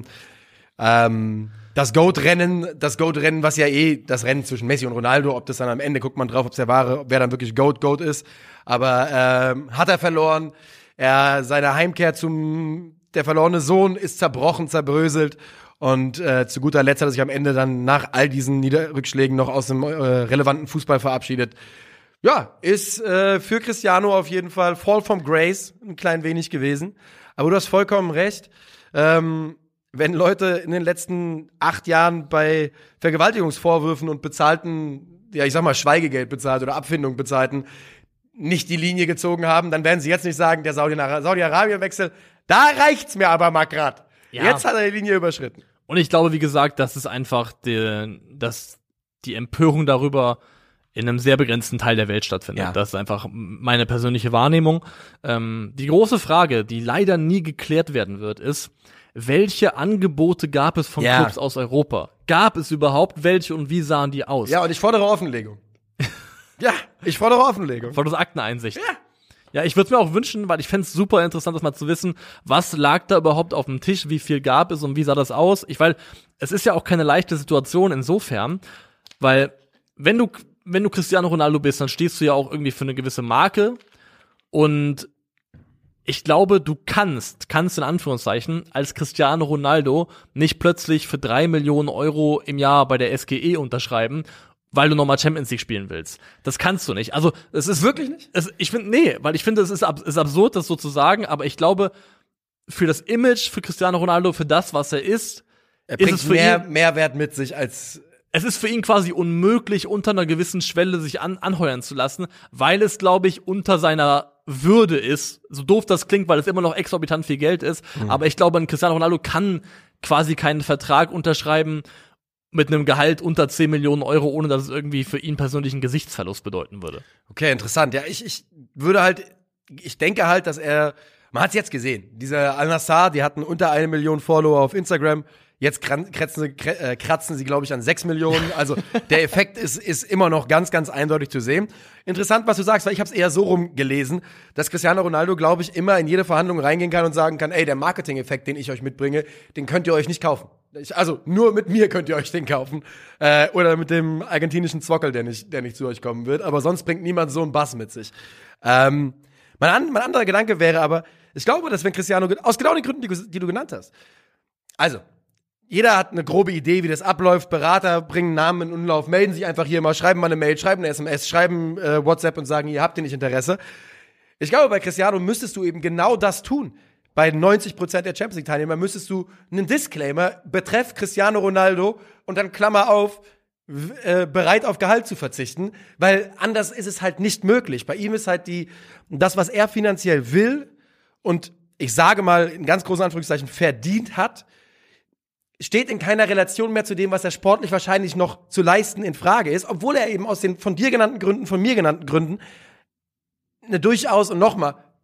Das GOAT-Rennen, was ja das Rennen zwischen Messi und Ronaldo, ob das dann am Ende, guckt man drauf, wer dann wirklich GOAT ist. Aber hat er verloren. Seine Heimkehr der verlorene Sohn ist zerbrochen, zerbröselt. Und zu guter Letzt hat er sich am Ende dann nach all diesen Rückschlägen noch aus dem relevanten Fußball verabschiedet. Ja, ist für Cristiano auf jeden Fall Fall from Grace ein klein wenig gewesen. Aber du hast vollkommen recht. Wenn Leute in den letzten 8 Jahren bei Vergewaltigungsvorwürfen und bezahlten, ja, ich sag mal, Schweigegeld bezahlt oder Abfindung bezahlten, nicht die Linie gezogen haben, dann werden sie jetzt nicht sagen, der Saudi-Arabien-Wechsel, da reicht's mir aber mal grad. Ja. Jetzt hat er die Linie überschritten. Und ich glaube, wie gesagt, dass es einfach dass die Empörung darüber in einem sehr begrenzten Teil der Welt stattfindet. Ja. Das ist einfach meine persönliche Wahrnehmung. Die große Frage, die leider nie geklärt werden wird, ist, welche Angebote gab es von Clubs aus Europa? Gab es überhaupt welche und wie sahen die aus? Ja, und ich fordere Offenlegung. Ich fordere Offenlegung. Forderst Akteneinsicht. Ja, ich würde es mir auch wünschen, weil ich fände es super interessant, das mal zu wissen, was lag da überhaupt auf dem Tisch, wie viel gab es und wie sah das aus? Weil es ist ja auch keine leichte Situation insofern, weil wenn du Cristiano Ronaldo bist, dann stehst du ja auch irgendwie für eine gewisse Marke und ich glaube, du kannst in Anführungszeichen als Cristiano Ronaldo nicht plötzlich für 3 Millionen Euro im Jahr bei der SGE unterschreiben, weil du nochmal Champions League spielen willst. Das kannst du nicht. Also, es ist wirklich nicht? Ich finde, es ist absurd, das so zu sagen, aber ich glaube, für das Image, für Cristiano Ronaldo, für das, was er ist, bringt es für ihn Mehrwert mit sich als. Es ist für ihn quasi unmöglich, unter einer gewissen Schwelle sich anheuern zu lassen, weil es, glaube ich, unter seiner Würde ist, so doof das klingt, weil es immer noch exorbitant viel Geld ist, aber ich glaube, ein Cristiano Ronaldo kann quasi keinen Vertrag unterschreiben mit einem Gehalt unter 10 Millionen Euro, ohne dass es irgendwie für ihn persönlich einen Gesichtsverlust bedeuten würde. Okay, interessant. Ja, ich denke halt, dass man hat es jetzt gesehen, diese Al-Nassr, die hatten unter 1 Million Follower auf Instagram. Jetzt kratzen sie, glaube ich, an 6 Millionen. Also der Effekt ist immer noch ganz, ganz eindeutig zu sehen. Interessant, was du sagst, weil ich habe es eher so rum gelesen, dass Cristiano Ronaldo, glaube ich, immer in jede Verhandlung reingehen kann und sagen kann, ey, der Marketing-Effekt, den ich euch mitbringe, den könnt ihr euch nicht kaufen. Also nur mit mir könnt ihr euch den kaufen. Oder mit dem argentinischen Zwockel, der nicht zu euch kommen wird. Aber sonst bringt niemand so einen Bass mit sich. Mein anderer Gedanke wäre aber, ich glaube, dass wenn Cristiano, aus genau den Gründen, die du genannt hast, also jeder hat eine grobe Idee, wie das abläuft. Berater bringen Namen in Umlauf, melden sich einfach hier mal, schreiben mal eine Mail, schreiben eine SMS, schreiben WhatsApp und sagen, ihr habt ihr nicht Interesse. Ich glaube, bei Cristiano müsstest du eben genau das tun. Bei 90% der Champions League-Teilnehmer müsstest du einen Disclaimer betreff Cristiano Ronaldo und dann Klammer auf, bereit auf Gehalt zu verzichten, weil anders ist es halt nicht möglich. Bei ihm ist halt das, was er finanziell will und ich sage mal in ganz großen Anführungszeichen verdient hat, steht in keiner Relation mehr zu dem, was er sportlich wahrscheinlich noch zu leisten in Frage ist, obwohl er eben aus den von dir genannten Gründen, von mir genannten Gründen eine durchaus und nochmal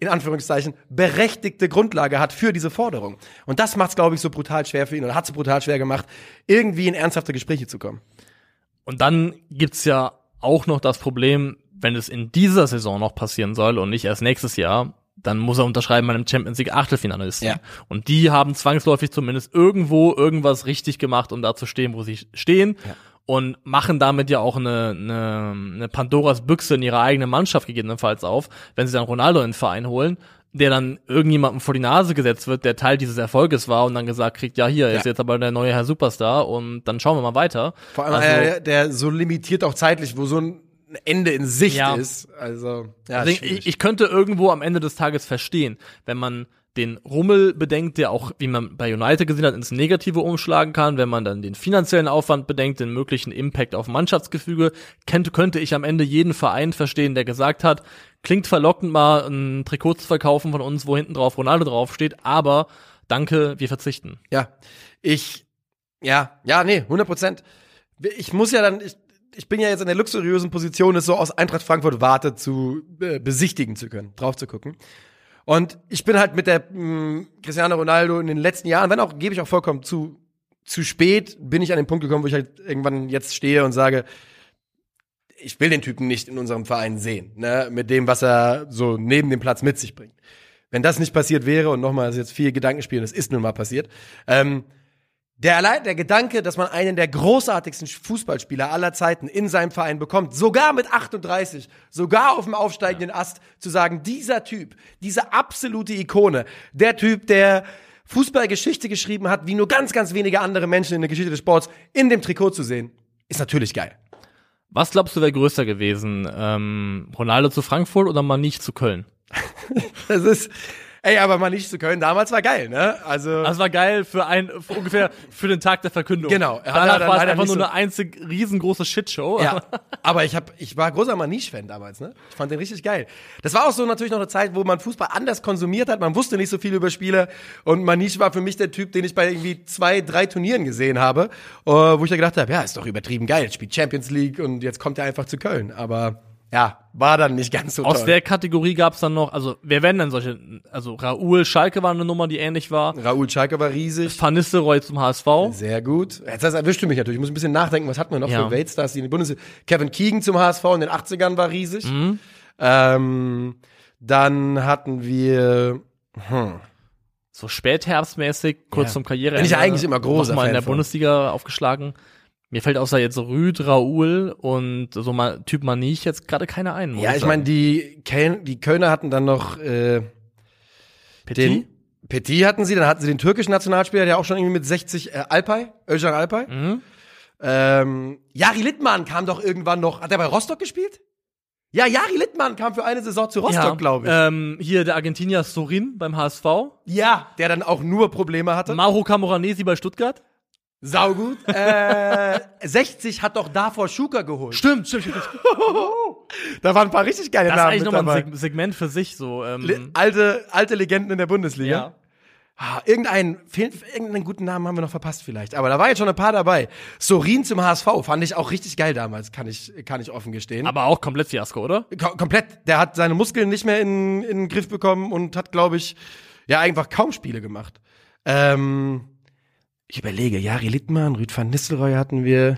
in Anführungszeichen, berechtigte Grundlage hat für diese Forderung. Und das macht es, glaube ich, so brutal schwer für ihn oder hat es so brutal schwer gemacht, irgendwie in ernsthafte Gespräche zu kommen. Und dann gibt's ja auch noch das Problem, wenn es in dieser Saison noch passieren soll und nicht erst nächstes Jahr, dann muss er unterschreiben bei einem Champions League Achtelfinalisten. Ja. Und die haben zwangsläufig zumindest irgendwo irgendwas richtig gemacht, um da zu stehen, wo sie stehen. Ja. Und machen damit ja auch eine Pandoras Büchse in ihre eigene Mannschaft gegebenenfalls auf, wenn sie dann Ronaldo in den Verein holen, der dann irgendjemandem vor die Nase gesetzt wird, der Teil dieses Erfolges war und dann gesagt kriegt, ja hier, ist jetzt aber der neue Herr Superstar und dann schauen wir mal weiter. Vor allem der so limitiert auch zeitlich, wo so ein Ende in Sicht ist. Also, ja, ich könnte irgendwo am Ende des Tages verstehen, wenn man den Rummel bedenkt, der auch, wie man bei United gesehen hat, ins Negative umschlagen kann, wenn man dann den finanziellen Aufwand bedenkt, den möglichen Impact auf Mannschaftsgefüge, könnte ich am Ende jeden Verein verstehen, der gesagt hat, klingt verlockend mal ein Trikot zu verkaufen von uns, wo hinten drauf Ronaldo draufsteht, aber danke, wir verzichten. Ja, 100%. Ich muss ja dann, ich bin ja jetzt in der luxuriösen Position, es so aus Eintracht Frankfurt Warte zu besichtigen zu können, drauf zu gucken. Und ich bin halt mit der Cristiano Ronaldo in den letzten Jahren, wenn auch, gebe ich auch vollkommen zu spät, bin ich an den Punkt gekommen, wo ich halt irgendwann jetzt stehe und sage, ich will den Typen nicht in unserem Verein sehen, ne, mit dem, was er so neben dem Platz mit sich bringt. Wenn das nicht passiert wäre, und nochmal, das ist jetzt viel Gedankenspiel, das ist nun mal passiert, der Gedanke, dass man einen der großartigsten Fußballspieler aller Zeiten in seinem Verein bekommt, sogar mit 38, sogar auf dem aufsteigenden Ast, zu sagen, dieser Typ, diese absolute Ikone, der Typ, der Fußballgeschichte geschrieben hat, wie nur ganz, ganz wenige andere Menschen in der Geschichte des Sports, in dem Trikot zu sehen, ist natürlich geil. Was glaubst du, wäre größer gewesen? Ronaldo zu Frankfurt oder Manich zu Köln? Das ist... Ey, aber mal nicht zu Köln, damals war geil, ne? Also das war geil für ungefähr für den Tag der Verkündung. Genau. Danach war es einfach nur eine einzig riesengroße Shitshow. Ja, aber ich war großer Maniche-Fan damals, ne? Ich fand den richtig geil. Das war auch so natürlich noch eine Zeit, wo man Fußball anders konsumiert hat. Man wusste nicht so viel über Spiele. Und Maniche war für mich der Typ, den ich bei irgendwie 2-3 Turnieren gesehen habe, wo ich da gedacht habe, ja, ist doch übertrieben geil. Jetzt spielt Champions League und jetzt kommt er einfach zu Köln. Aber ja, war dann nicht ganz so toll. Aus der Kategorie gab's dann noch, also wer wären denn solche, also Raúl Schalke war eine Nummer, die ähnlich war. Raúl Schalke war riesig. Van Nistelrooy zum HSV. Sehr gut. Jetzt erwischt du mich natürlich. Ich muss ein bisschen nachdenken, was hatten wir noch für Weltstars, die in die Bundesliga. Kevin Keegan zum HSV in den 80ern war riesig. Mhm. Dann hatten wir so spätherbstmäßig, kurz zum Karriereende. Bin ich eigentlich immer großer Fan in der von. Bundesliga aufgeschlapetit. Mir fällt außer jetzt Rüd, Raúl und so mal Typ Manich jetzt gerade keiner ein. Ja, ich meine, die Kölner hatten dann noch Petit? Petit hatten sie, dann hatten sie den türkischen Nationalspieler, der auch schon irgendwie mit 60, Özcan Alpay. Mhm. Jari Littmann kam doch irgendwann noch, hat er bei Rostock gespielt? Ja, Jari Littmann kam für eine Saison zu Rostock, glaube ich. Hier der Argentinier Sorin beim HSV. Ja, der dann auch nur Probleme hatte. Mauro Camoranesi bei Stuttgart. Saugut. 60 hat doch davor Schuker geholt. Stimmt. Da waren ein paar richtig geile Namen. Das ist eigentlich nochmal ein Segment für sich, so. Alte Legenden in der Bundesliga. Ja. Irgendeinen guten Namen haben wir noch verpasst vielleicht. Aber da war jetzt schon ein paar dabei. Sorin zum HSV fand ich auch richtig geil damals, kann ich offen gestehen. Aber auch komplett Fiasko, oder? Komplett. Der hat seine Muskeln nicht mehr in den Griff bekommen und hat, glaube ich, ja einfach kaum Spiele gemacht. Ich überlege, Jari Littmann, Rüd van Nistelrooy hatten wir.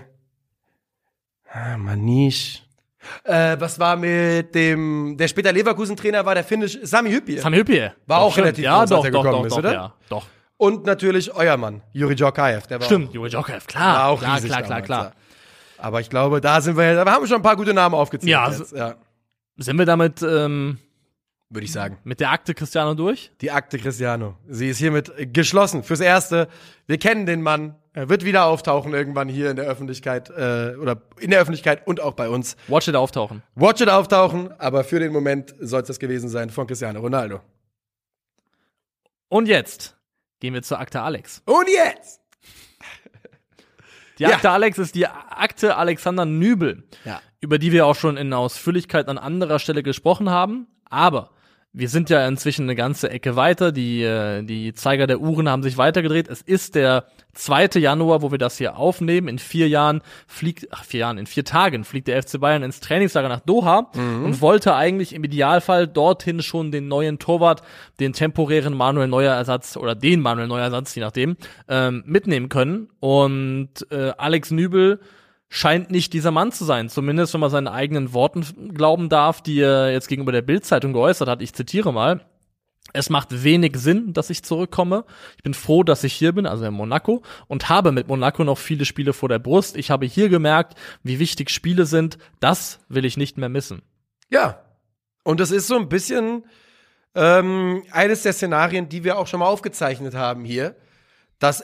Maniche. Was war mit der später Leverkusen-Trainer war, der Finnisch, Sami Hyppie. War auch relativ groß, als er gekommen ist, oder? Ja, doch. Und natürlich euer Mann, Juri Djorkaeff. Der war Stimmt, Juri Djorkaeff, klar. War auch riesig damals, klar. Aber ich glaube, da haben wir schon ein paar gute Namen aufgezählt. Ja. Sind wir damit, würde ich sagen. Mit der Akte Cristiano durch? Die Akte Cristiano. Sie ist hiermit geschlossen. Fürs Erste, wir kennen den Mann. Er wird wieder auftauchen irgendwann hier in der Öffentlichkeit oder in der Öffentlichkeit und auch bei uns. Watch it auftauchen. Aber für den Moment soll es das gewesen sein von Cristiano Ronaldo. Und jetzt gehen wir zur Akte Alex. Und jetzt! Die Akte Alex ist die Akte Alexander Nübel, ja, über die wir auch schon in Ausführlichkeit an anderer Stelle gesprochen haben. Aber wir sind ja inzwischen eine ganze Ecke weiter. Die Zeiger der Uhren haben sich weitergedreht. Es ist der 2. Januar, wo wir das hier aufnehmen. In 4 Tagen fliegt der FC Bayern ins Trainingslager nach Doha und wollte eigentlich im Idealfall dorthin schon den neuen Torwart, den temporären Manuel Neuer-Ersatz oder den Manuel Neuer-Ersatz, je nachdem, mitnehmen können. Und Alex Nübel scheint nicht dieser Mann zu sein, zumindest wenn man seinen eigenen Worten glauben darf, die er jetzt gegenüber der Bild-Zeitung geäußert hat. Ich zitiere mal: Es macht wenig Sinn, dass ich zurückkomme. Ich bin froh, dass ich hier bin, also in Monaco, und habe mit Monaco noch viele Spiele vor der Brust. Ich habe hier gemerkt, wie wichtig Spiele sind. Das will ich nicht mehr missen. Ja, und das ist so ein bisschen eines der Szenarien, die wir auch schon mal aufgezeichnet haben hier, dass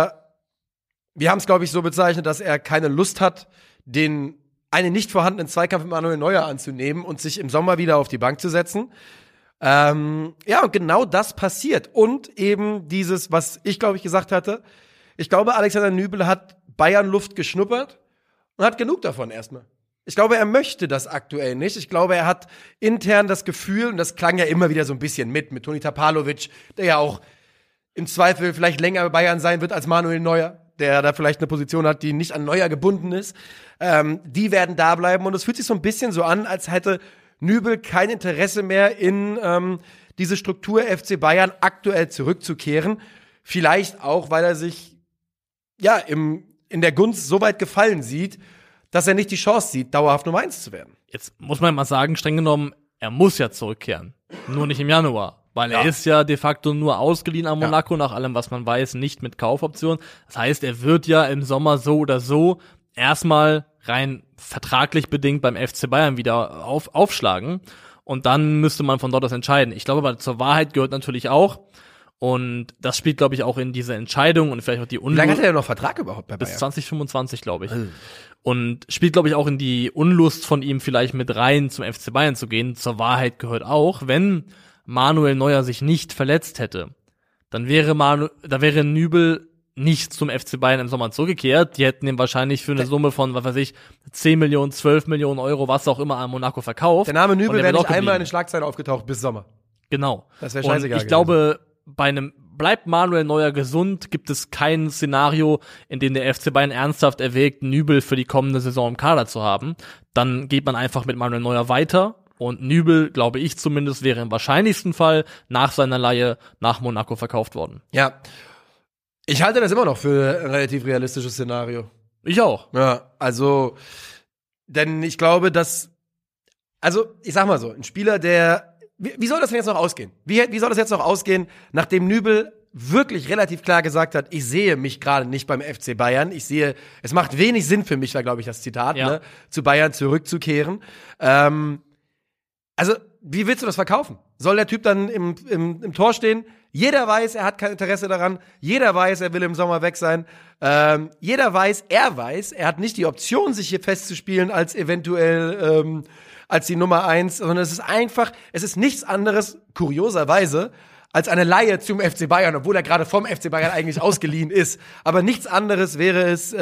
wir haben es, glaube ich, so bezeichnet, dass er keine Lust hat, einen nicht vorhandenen Zweikampf mit Manuel Neuer anzunehmen und sich im Sommer wieder auf die Bank zu setzen. Und genau das passiert. Und eben dieses, was ich, glaube ich, gesagt hatte, ich glaube, Alexander Nübel hat Bayern-Luft geschnuppert und hat genug davon erstmal. Ich glaube, er möchte das aktuell nicht. Ich glaube, er hat intern das Gefühl, und das klang ja immer wieder so ein bisschen mit Toni Tapalovic, der ja auch im Zweifel vielleicht länger bei Bayern sein wird als Manuel Neuer, der da vielleicht eine Position hat, die nicht an Neuer gebunden ist. Die werden da bleiben. Und es fühlt sich so ein bisschen so an, als hätte Nübel kein Interesse mehr in diese Struktur FC Bayern aktuell zurückzukehren. Vielleicht auch, weil er sich in der Gunst so weit gefallen sieht, dass er nicht die Chance sieht, dauerhaft Nummer 1 zu werden. Jetzt muss man mal sagen, streng genommen, er muss ja zurückkehren. Nur nicht im Januar. Weil er ist ja de facto nur ausgeliehen an Monaco, nach allem, was man weiß, nicht mit Kaufoption. Das heißt, er wird ja im Sommer so oder so erstmal rein vertraglich bedingt beim FC Bayern wieder aufschlagen. Und dann müsste man von dort aus entscheiden. Ich glaube, aber zur Wahrheit gehört natürlich auch, und das spielt, glaube ich, auch in diese Entscheidung und vielleicht auch die Unlust. Wie lange hat er denn noch Vertrag überhaupt bei Bayern? Bis 2025, glaube ich. Und spielt, glaube ich, auch in die Unlust von ihm vielleicht mit rein, zum FC Bayern zu gehen. Zur Wahrheit gehört auch, wenn Manuel Neuer sich nicht verletzt hätte, dann wäre Nübel nicht zum FC Bayern im Sommer zurückgekehrt. Die hätten ihn wahrscheinlich für eine Summe von, 10 Millionen, 12 Millionen Euro, was auch immer, an Monaco verkauft. Der Name Nübel wäre nicht einmal in den Schlagzeilen aufgetaucht bis Sommer. Genau. Das wäre scheißegal. Und ich glaube, bleibt Manuel Neuer gesund, gibt es kein Szenario, in dem der FC Bayern ernsthaft erwägt, Nübel für die kommende Saison im Kader zu haben. Dann geht man einfach mit Manuel Neuer weiter. Und Nübel, glaube ich zumindest, wäre im wahrscheinlichsten Fall nach seiner Leihe nach Monaco verkauft worden. Ja. Ich halte das immer noch für ein relativ realistisches Szenario. Ich auch. Ja, also, denn ich glaube, ich sag mal so, ein Spieler, wie soll das denn jetzt noch ausgehen? Wie soll das jetzt noch ausgehen, nachdem Nübel wirklich relativ klar gesagt hat, ich sehe mich gerade nicht beim FC Bayern. Es macht wenig Sinn für mich, war, glaube ich, das Zitat, zu Bayern zurückzukehren. Also, wie willst du das verkaufen? Soll der Typ dann im Tor stehen? Jeder weiß, er hat kein Interesse daran. Jeder weiß, er will im Sommer weg sein. Jeder weiß, er hat nicht die Option, sich hier festzuspielen als eventuell als die Nummer 1, sondern es ist nichts anderes, kurioserweise, als eine Leihe zum FC Bayern, obwohl er gerade vom FC Bayern eigentlich ausgeliehen ist. Aber nichts anderes wäre es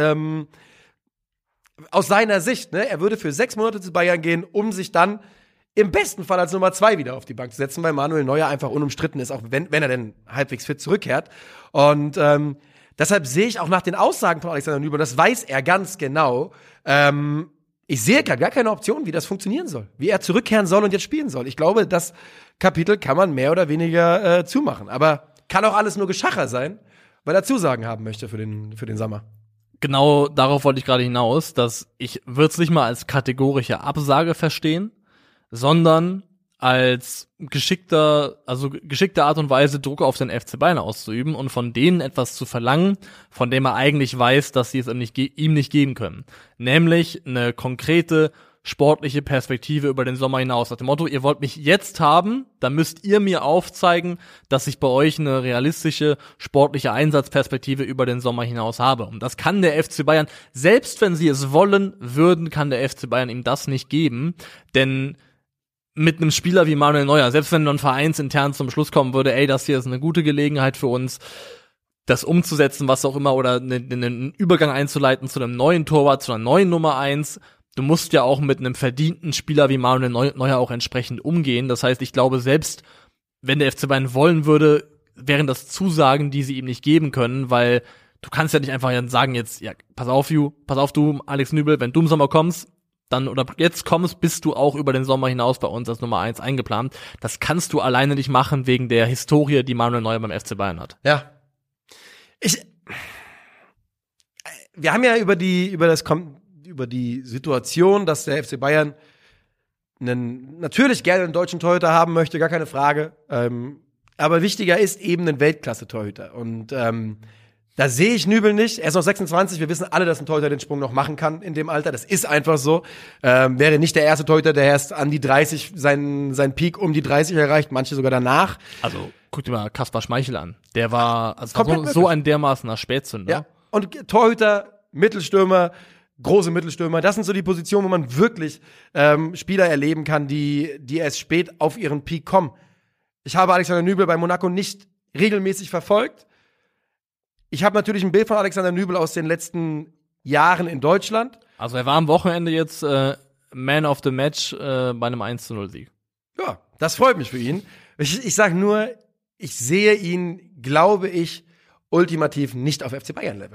aus seiner Sicht. Ne? Er würde für 6 Monate zu Bayern gehen, um sich dann im besten Fall als Nummer 2 wieder auf die Bank zu setzen, weil Manuel Neuer einfach unumstritten ist, auch wenn er denn halbwegs fit zurückkehrt. Und deshalb sehe ich auch nach den Aussagen von Alexander Nübel, das weiß er ganz genau, ich sehe gerade gar keine Option, wie das funktionieren soll, wie er zurückkehren soll und jetzt spielen soll. Ich glaube, das Kapitel kann man mehr oder weniger zumachen. Aber kann auch alles nur Geschacher sein, weil er Zusagen haben möchte für den Sommer. Genau darauf wollte ich gerade hinaus, dass ich würde es nicht mal als kategorische Absage verstehen, sondern als geschickte Art und Weise Druck auf den FC Bayern auszuüben und von denen etwas zu verlangen, von dem er eigentlich weiß, dass sie es ihm nicht geben können. Nämlich eine konkrete sportliche Perspektive über den Sommer hinaus. Nach dem Motto, ihr wollt mich jetzt haben, dann müsst ihr mir aufzeigen, dass ich bei euch eine realistische sportliche Einsatzperspektive über den Sommer hinaus habe. Und das kann der FC Bayern, selbst wenn sie es wollen würden, kann der FC Bayern ihm das nicht geben, denn mit einem Spieler wie Manuel Neuer, selbst wenn dann vereinsintern zum Schluss kommen würde, das hier ist eine gute Gelegenheit für uns, das umzusetzen, was auch immer, oder einen Übergang einzuleiten zu einem neuen Torwart, zu einer neuen Nummer 1, du musst ja auch mit einem verdienten Spieler wie Manuel Neuer auch entsprechend umgehen. Das heißt, ich glaube, selbst wenn der FC Bayern wollen würde, wären das Zusagen, die sie ihm nicht geben können, weil du kannst ja nicht einfach sagen jetzt, ja, pass auf du, Alex Nübel, wenn du im Sommer kommst, dann oder jetzt kommst, bist du auch über den Sommer hinaus bei uns als Nummer 1 eingeplant. Das kannst du alleine nicht machen wegen der Historie, die Manuel Neuer beim FC Bayern hat. Ja. Wir haben ja über die Situation, dass der FC Bayern natürlich gerne einen deutschen Torhüter haben möchte, gar keine Frage. Aber wichtiger ist eben ein Weltklasse-Torhüter. Und da sehe ich Nübel nicht. Er ist noch 26. Wir wissen alle, dass ein Torhüter den Sprung noch machen kann in dem Alter. Das ist einfach so. Wäre nicht der erste Torhüter, der erst an die 30, seinen Peak um die 30 erreicht, manche sogar danach. Also, guck dir mal Kaspar Schmeichel an. Der war so ein dermaßener Spätzünder. Ja. Und Torhüter, Mittelstürmer, große Mittelstürmer, das sind so die Positionen, wo man wirklich Spieler erleben kann, die erst spät auf ihren Peak kommen. Ich habe Alexander Nübel bei Monaco nicht regelmäßig verfolgt. Ich habe natürlich ein Bild von Alexander Nübel aus den letzten Jahren in Deutschland. Also er war am Wochenende jetzt Man of the Match bei einem 1-0-Sieg. Ja, das freut mich für ihn. Ich sage nur, ich sehe ihn, glaube ich, ultimativ nicht auf FC Bayern-Level.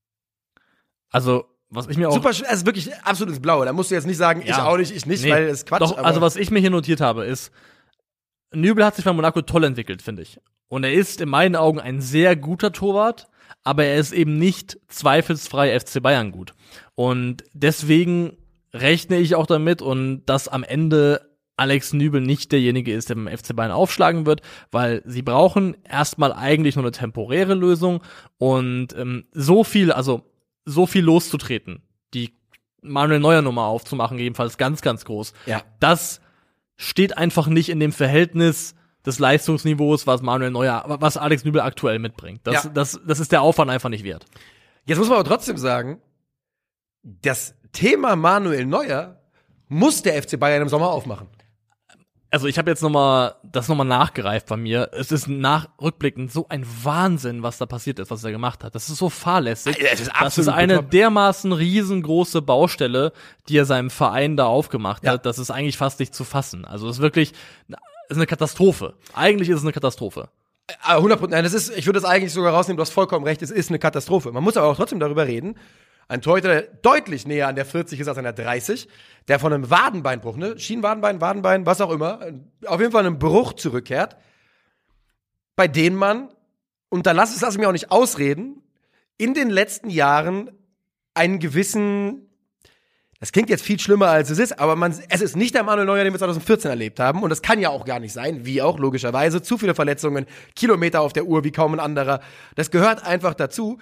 Also, was ich mir auch... Super, also wirklich absolut ins Blaue. Da musst du jetzt nicht sagen, ich auch nicht, ich nicht, weil es Quatsch. Doch, also was ich mir hier notiert habe, ist, Nübel hat sich bei Monaco toll entwickelt, finde ich. Und er ist in meinen Augen ein sehr guter Torwart, aber er ist eben nicht zweifelsfrei FC Bayern gut. Und deswegen rechne ich auch damit und dass am Ende Alex Nübel nicht derjenige ist, der beim FC Bayern aufschlagen wird, weil sie brauchen erstmal eigentlich nur eine temporäre Lösung und so viel loszutreten, die Manuel Neuer Nummer aufzumachen, jedenfalls ganz, ganz groß. Ja. Das steht einfach nicht in dem Verhältnis des Leistungsniveaus, was Alex Nübel aktuell mitbringt. Das ist der Aufwand einfach nicht wert. Jetzt muss man aber trotzdem sagen, das Thema Manuel Neuer muss der FC Bayern im Sommer aufmachen. Also ich habe jetzt nochmal nachgereift bei mir. Es ist rückblickend so ein Wahnsinn, was da passiert ist, was er gemacht hat. Das ist so fahrlässig. Das ist eine dermaßen riesengroße Baustelle, die er seinem Verein da aufgemacht hat. Das ist eigentlich fast nicht zu fassen. Also es ist wirklich eine Katastrophe. Eigentlich ist es eine Katastrophe. 100%. Nein, ich würde das eigentlich sogar rausnehmen. Du hast vollkommen recht. Es ist eine Katastrophe. Man muss aber auch trotzdem darüber reden. Ein Torhüter, der deutlich näher an der 40 ist als an der 30, der von einem Wadenbeinbruch, Wadenbein, was auch immer, auf jeden Fall einen Bruch zurückkehrt, bei dem man, und da lass ich mir auch nicht ausreden, in den letzten Jahren einen gewissen, das klingt jetzt viel schlimmer als es ist, aber es ist nicht der Manuel Neuer, den wir 2014 erlebt haben, und das kann ja auch gar nicht sein, wie auch logischerweise, zu viele Verletzungen, Kilometer auf der Uhr wie kaum ein anderer, das gehört einfach dazu.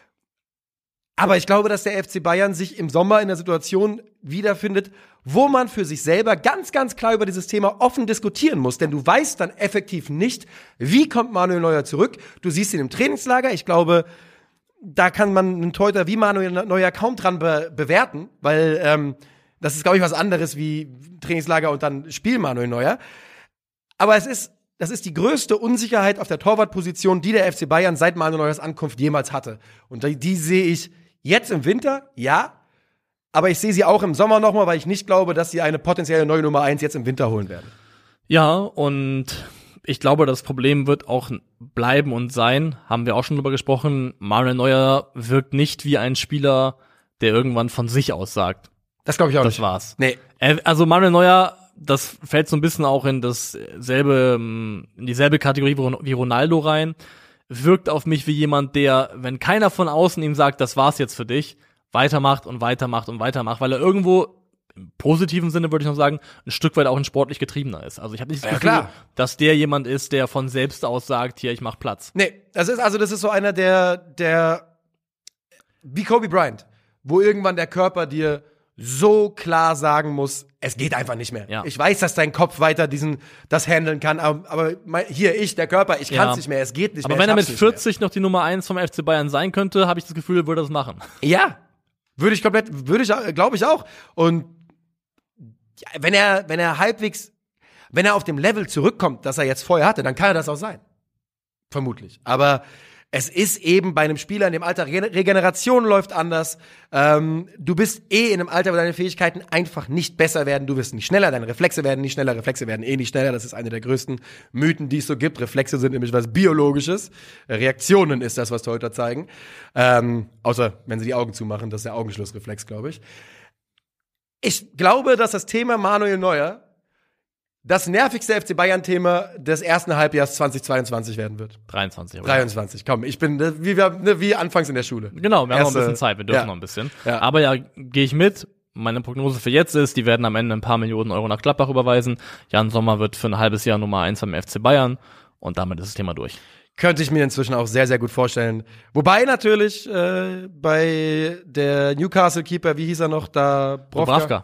Aber ich glaube, dass der FC Bayern sich im Sommer in der Situation wiederfindet, wo man für sich selber ganz, ganz klar über dieses Thema offen diskutieren muss. Denn du weißt dann effektiv nicht, wie kommt Manuel Neuer zurück. Du siehst ihn im Trainingslager. Ich glaube, da kann man einen Torhüter wie Manuel Neuer kaum dran bewerten, weil das ist, glaube ich, was anderes wie Trainingslager und dann Spiel Manuel Neuer. Aber das ist die größte Unsicherheit auf der Torwartposition, die der FC Bayern seit Manuel Neuers Ankunft jemals hatte. Und die sehe ich jetzt im Winter, ja, aber ich sehe sie auch im Sommer nochmal, weil ich nicht glaube, dass sie eine potenzielle neue Nummer 1 jetzt im Winter holen werden. Ja, und ich glaube, das Problem wird auch bleiben und sein, haben wir auch schon drüber gesprochen, Manuel Neuer wirkt nicht wie ein Spieler, der irgendwann von sich aus sagt. Das glaube ich auch nicht. Das war's. Nee. Also Manuel Neuer, das fällt so ein bisschen auch in dieselbe Kategorie wie Ronaldo rein, wirkt auf mich wie jemand, der, wenn keiner von außen ihm sagt, das war's jetzt für dich, weitermacht, weil er irgendwo, im positiven Sinne würde ich noch sagen, ein Stück weit auch ein sportlich Getriebener ist. Also ich habe nicht das Gefühl, dass der jemand ist, der von selbst aus sagt, hier, ich mach Platz. Nee, das ist so einer, der wie Kobe Bryant, wo irgendwann der Körper dir so klar sagen muss, es geht einfach nicht mehr. Ja. Ich weiß, dass dein Kopf weiter das handeln kann, aber der Körper, ich kann es nicht mehr, es geht nicht mehr. Aber wenn er mit 40 noch die Nummer 1 vom FC Bayern sein könnte, habe ich das Gefühl, er würde das machen. Ja, glaube ich auch. Und wenn er auf dem Level zurückkommt, das er jetzt vorher hatte, dann kann er das auch sein. Vermutlich. Aber Es ist eben bei einem Spieler in dem Alter, Regeneration läuft anders. Du bist in einem Alter, wo deine Fähigkeiten einfach nicht besser werden. Du wirst nicht schneller, deine Reflexe werden nicht schneller, Reflexe werden nicht schneller. Das ist eine der größten Mythen, die es so gibt. Reflexe sind nämlich was Biologisches. Reaktionen ist das, was Torhüter zeigen. Außer, wenn sie die Augen zumachen, das ist der Augenschlussreflex, glaube ich. Ich glaube, dass das Thema Manuel Neuer das nervigste FC Bayern-Thema des ersten Halbjahres 2022 werden wird. 23. 23, komm, ich bin wie anfangs in der Schule. Genau, wir haben noch ein bisschen Zeit, wir dürfen noch ein bisschen. Ja. Aber ja, gehe ich mit. Meine Prognose für jetzt ist, die werden am Ende ein paar Millionen Euro nach Gladbach überweisen. Jan Sommer wird für ein halbes Jahr Nummer 1 am FC Bayern und damit ist das Thema durch. Könnte ich mir inzwischen auch sehr, sehr gut vorstellen. Wobei natürlich bei der Newcastle-Keeper, wie hieß er noch, Dubravka,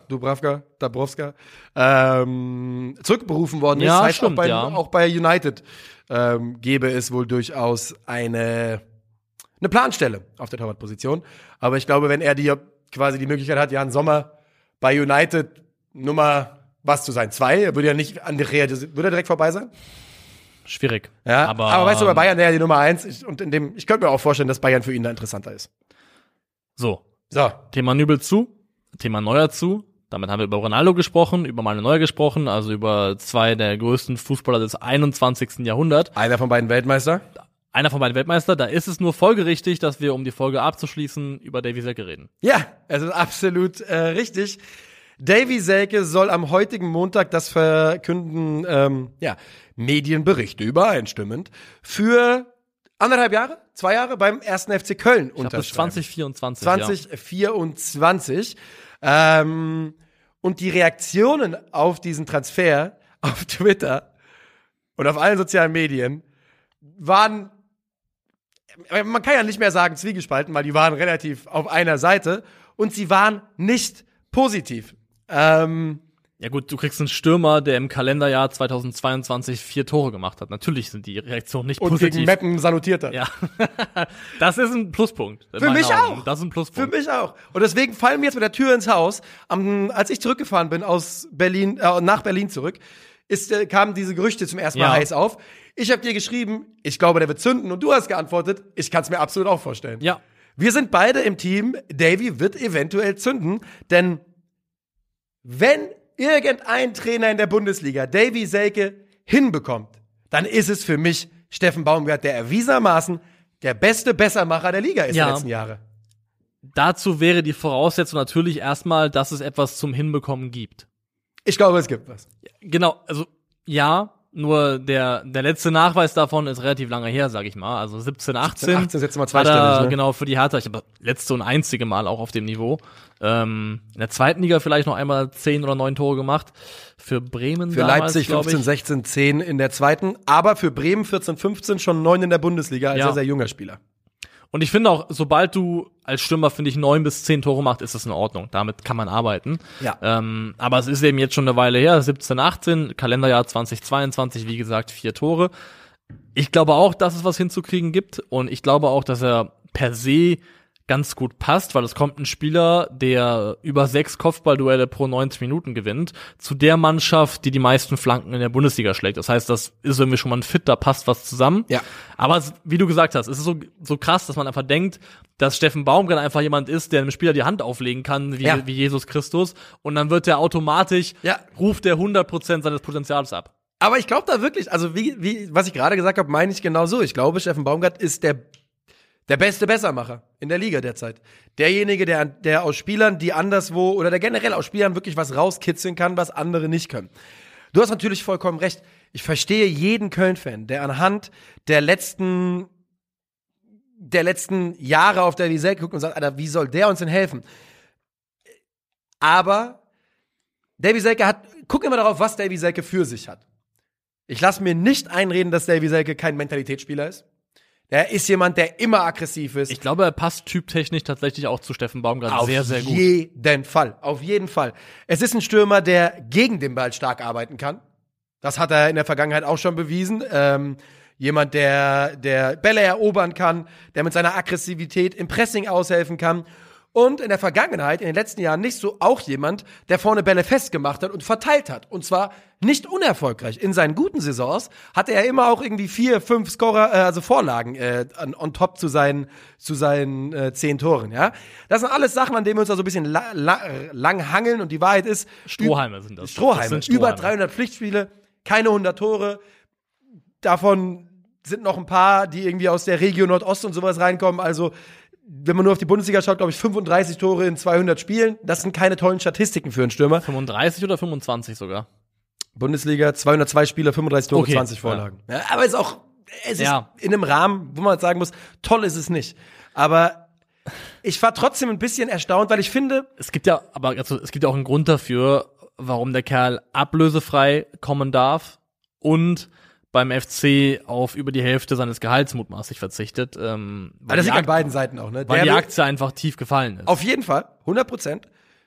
zurückberufen worden ist. Ja, heißt stimmt, auch bei United gäbe es wohl durchaus eine Planstelle auf der Torwartposition. Aber ich glaube, wenn er quasi die Möglichkeit hat, Jan Sommer bei United Nummer was zu sein, 2, würde er nicht würde er direkt vorbei sein? Schwierig. Ja, aber weißt du, bei Bayern wäre er die Nummer 1 ich könnte mir auch vorstellen, dass Bayern für ihn da interessanter ist. So. Thema Nübel zu, Thema Neuer zu. Damit haben wir über Ronaldo gesprochen, über Manuel Neuer gesprochen, also über 2 der größten Fußballer des 21. Jahrhunderts. Einer von beiden Weltmeister. Da ist es nur folgerichtig, dass wir, um die Folge abzuschließen, über Davy Selke reden. Ja, es ist absolut richtig. Davy Selke soll am heutigen Montag das verkünden, Medienberichte übereinstimmend, für 1,5 Jahre, 2 Jahre beim 1. FC Köln unterschreiben. 2024. 2024. Und die Reaktionen auf diesen Transfer auf Twitter und auf allen sozialen Medien waren, man kann ja nicht mehr sagen zwiegespalten, weil die waren relativ auf einer Seite und sie waren nicht positiv. Ja gut, du kriegst einen Stürmer, der im Kalenderjahr 2022 4 Tore gemacht hat. Natürlich sind die Reaktionen nicht positiv. Und gegen Meppen salutiert hat. Ja, das ist ein Pluspunkt. Für mich auch. Das ist ein Pluspunkt. Für mich auch. Und deswegen fallen mir jetzt mit der Tür ins Haus. Als ich zurückgefahren bin aus Berlin, nach Berlin zurück, kamen diese Gerüchte zum ersten Mal heiß auf. Ich habe dir geschrieben, ich glaube, der wird zünden. Und du hast geantwortet, ich kann es mir absolut auch vorstellen. Ja. Wir sind beide im Team, Davy wird eventuell zünden, denn wenn irgendein Trainer in der Bundesliga Davy Selke hinbekommt, dann ist es für mich Steffen Baumgart, der erwiesenermaßen der beste Bessermacher der Liga ist der letzten Jahre. Dazu wäre die Voraussetzung natürlich erstmal, dass es etwas zum Hinbekommen gibt. Ich glaube, es gibt was. Genau, also ja, nur der letzte Nachweis davon ist relativ lange her, sag ich mal. Also 17, 18 ist jetzt mal zweistellig, ne? Genau, für die Hertha. Ich habe letzte und einzige Mal auch auf dem Niveau. In der zweiten Liga vielleicht noch einmal 10 oder 9 Tore gemacht. Für Bremen für damals, Leipzig 15, 16, 10 in der zweiten. Aber für Bremen 14, 15 schon 9 in der Bundesliga als sehr, sehr junger Spieler. Und ich finde auch, sobald du als Stürmer, finde ich, 9 bis 10 Tore machst, ist das in Ordnung. Damit kann man arbeiten. Ja. Aber es ist eben jetzt schon eine Weile her, 17, 18, Kalenderjahr 2022, wie gesagt, 4 Tore. Ich glaube auch, dass es was hinzukriegen gibt. Und ich glaube auch, dass er per se ganz gut passt, weil es kommt ein Spieler, der über 6 Kopfballduelle pro 90 Minuten gewinnt, zu der Mannschaft, die die meisten Flanken in der Bundesliga schlägt. Das heißt, das ist irgendwie schon mal ein Fit, da passt was zusammen. Ja. Aber wie du gesagt hast, es ist so krass, dass man einfach denkt, dass Steffen Baumgart einfach jemand ist, der einem Spieler die Hand auflegen kann, wie Jesus Christus. Und dann wird der automatisch, ruft der 100% seines Potenzials ab. Aber ich glaube da wirklich, also was ich gerade gesagt habe, meine ich genau so. Ich glaube, Steffen Baumgart ist der beste Bessermacher in der Liga derzeit. Derjenige, der aus Spielern, die anderswo, oder der generell aus Spielern wirklich was rauskitzeln kann, was andere nicht können. Du hast natürlich vollkommen recht. Ich verstehe jeden Köln-Fan, der anhand der letzten Jahre auf Davy Selke guckt und sagt, Alter, wie soll der uns denn helfen? Aber Davy Selke guck immer darauf, was Davy Selke für sich hat. Ich lasse mir nicht einreden, dass Davy Selke kein Mentalitätsspieler ist. Er ist jemand, der immer aggressiv ist. Ich glaube, er passt typtechnisch tatsächlich auch zu Steffen Baumgart sehr, sehr gut. Auf jeden Fall. Es ist ein Stürmer, der gegen den Ball stark arbeiten kann. Das hat er in der Vergangenheit auch schon bewiesen. Jemand, der Bälle erobern kann, der mit seiner Aggressivität im Pressing aushelfen kann. Und in der Vergangenheit, in den letzten Jahren nicht so auch jemand, der vorne Bälle festgemacht hat und verteilt hat. Und zwar nicht unerfolgreich. In seinen guten Saisons hatte er immer auch irgendwie 4, 5 Scorer, also Vorlagen on top zu seinen 10 Toren. Ja, das sind alles Sachen, an denen wir uns da so ein bisschen lang hangeln. Und die Wahrheit ist, Strohhalme sind das. Strohhalme. Das sind Strohhalme. Über 300 Pflichtspiele, keine 100 Tore. Davon sind noch ein paar, die irgendwie aus der Region Nordost und sowas reinkommen. Also wenn man nur auf die Bundesliga schaut, glaube ich, 35 Tore in 200 Spielen. Das sind keine tollen Statistiken für einen Stürmer. 35 oder 25 sogar? Bundesliga, 202 Spiele, 35 Tore, okay. 20 Vorlagen. Ja, aber es ist in einem Rahmen, wo man sagen muss, toll ist es nicht. Aber ich war trotzdem ein bisschen erstaunt, weil ich finde, es gibt ja auch einen Grund dafür, warum der Kerl ablösefrei kommen darf und beim FC auf über die Hälfte seines Gehalts mutmaßlich verzichtet. Das liegt an beiden Seiten auch, ne? Weil die Aktie einfach tief gefallen ist. Auf jeden Fall, 100%.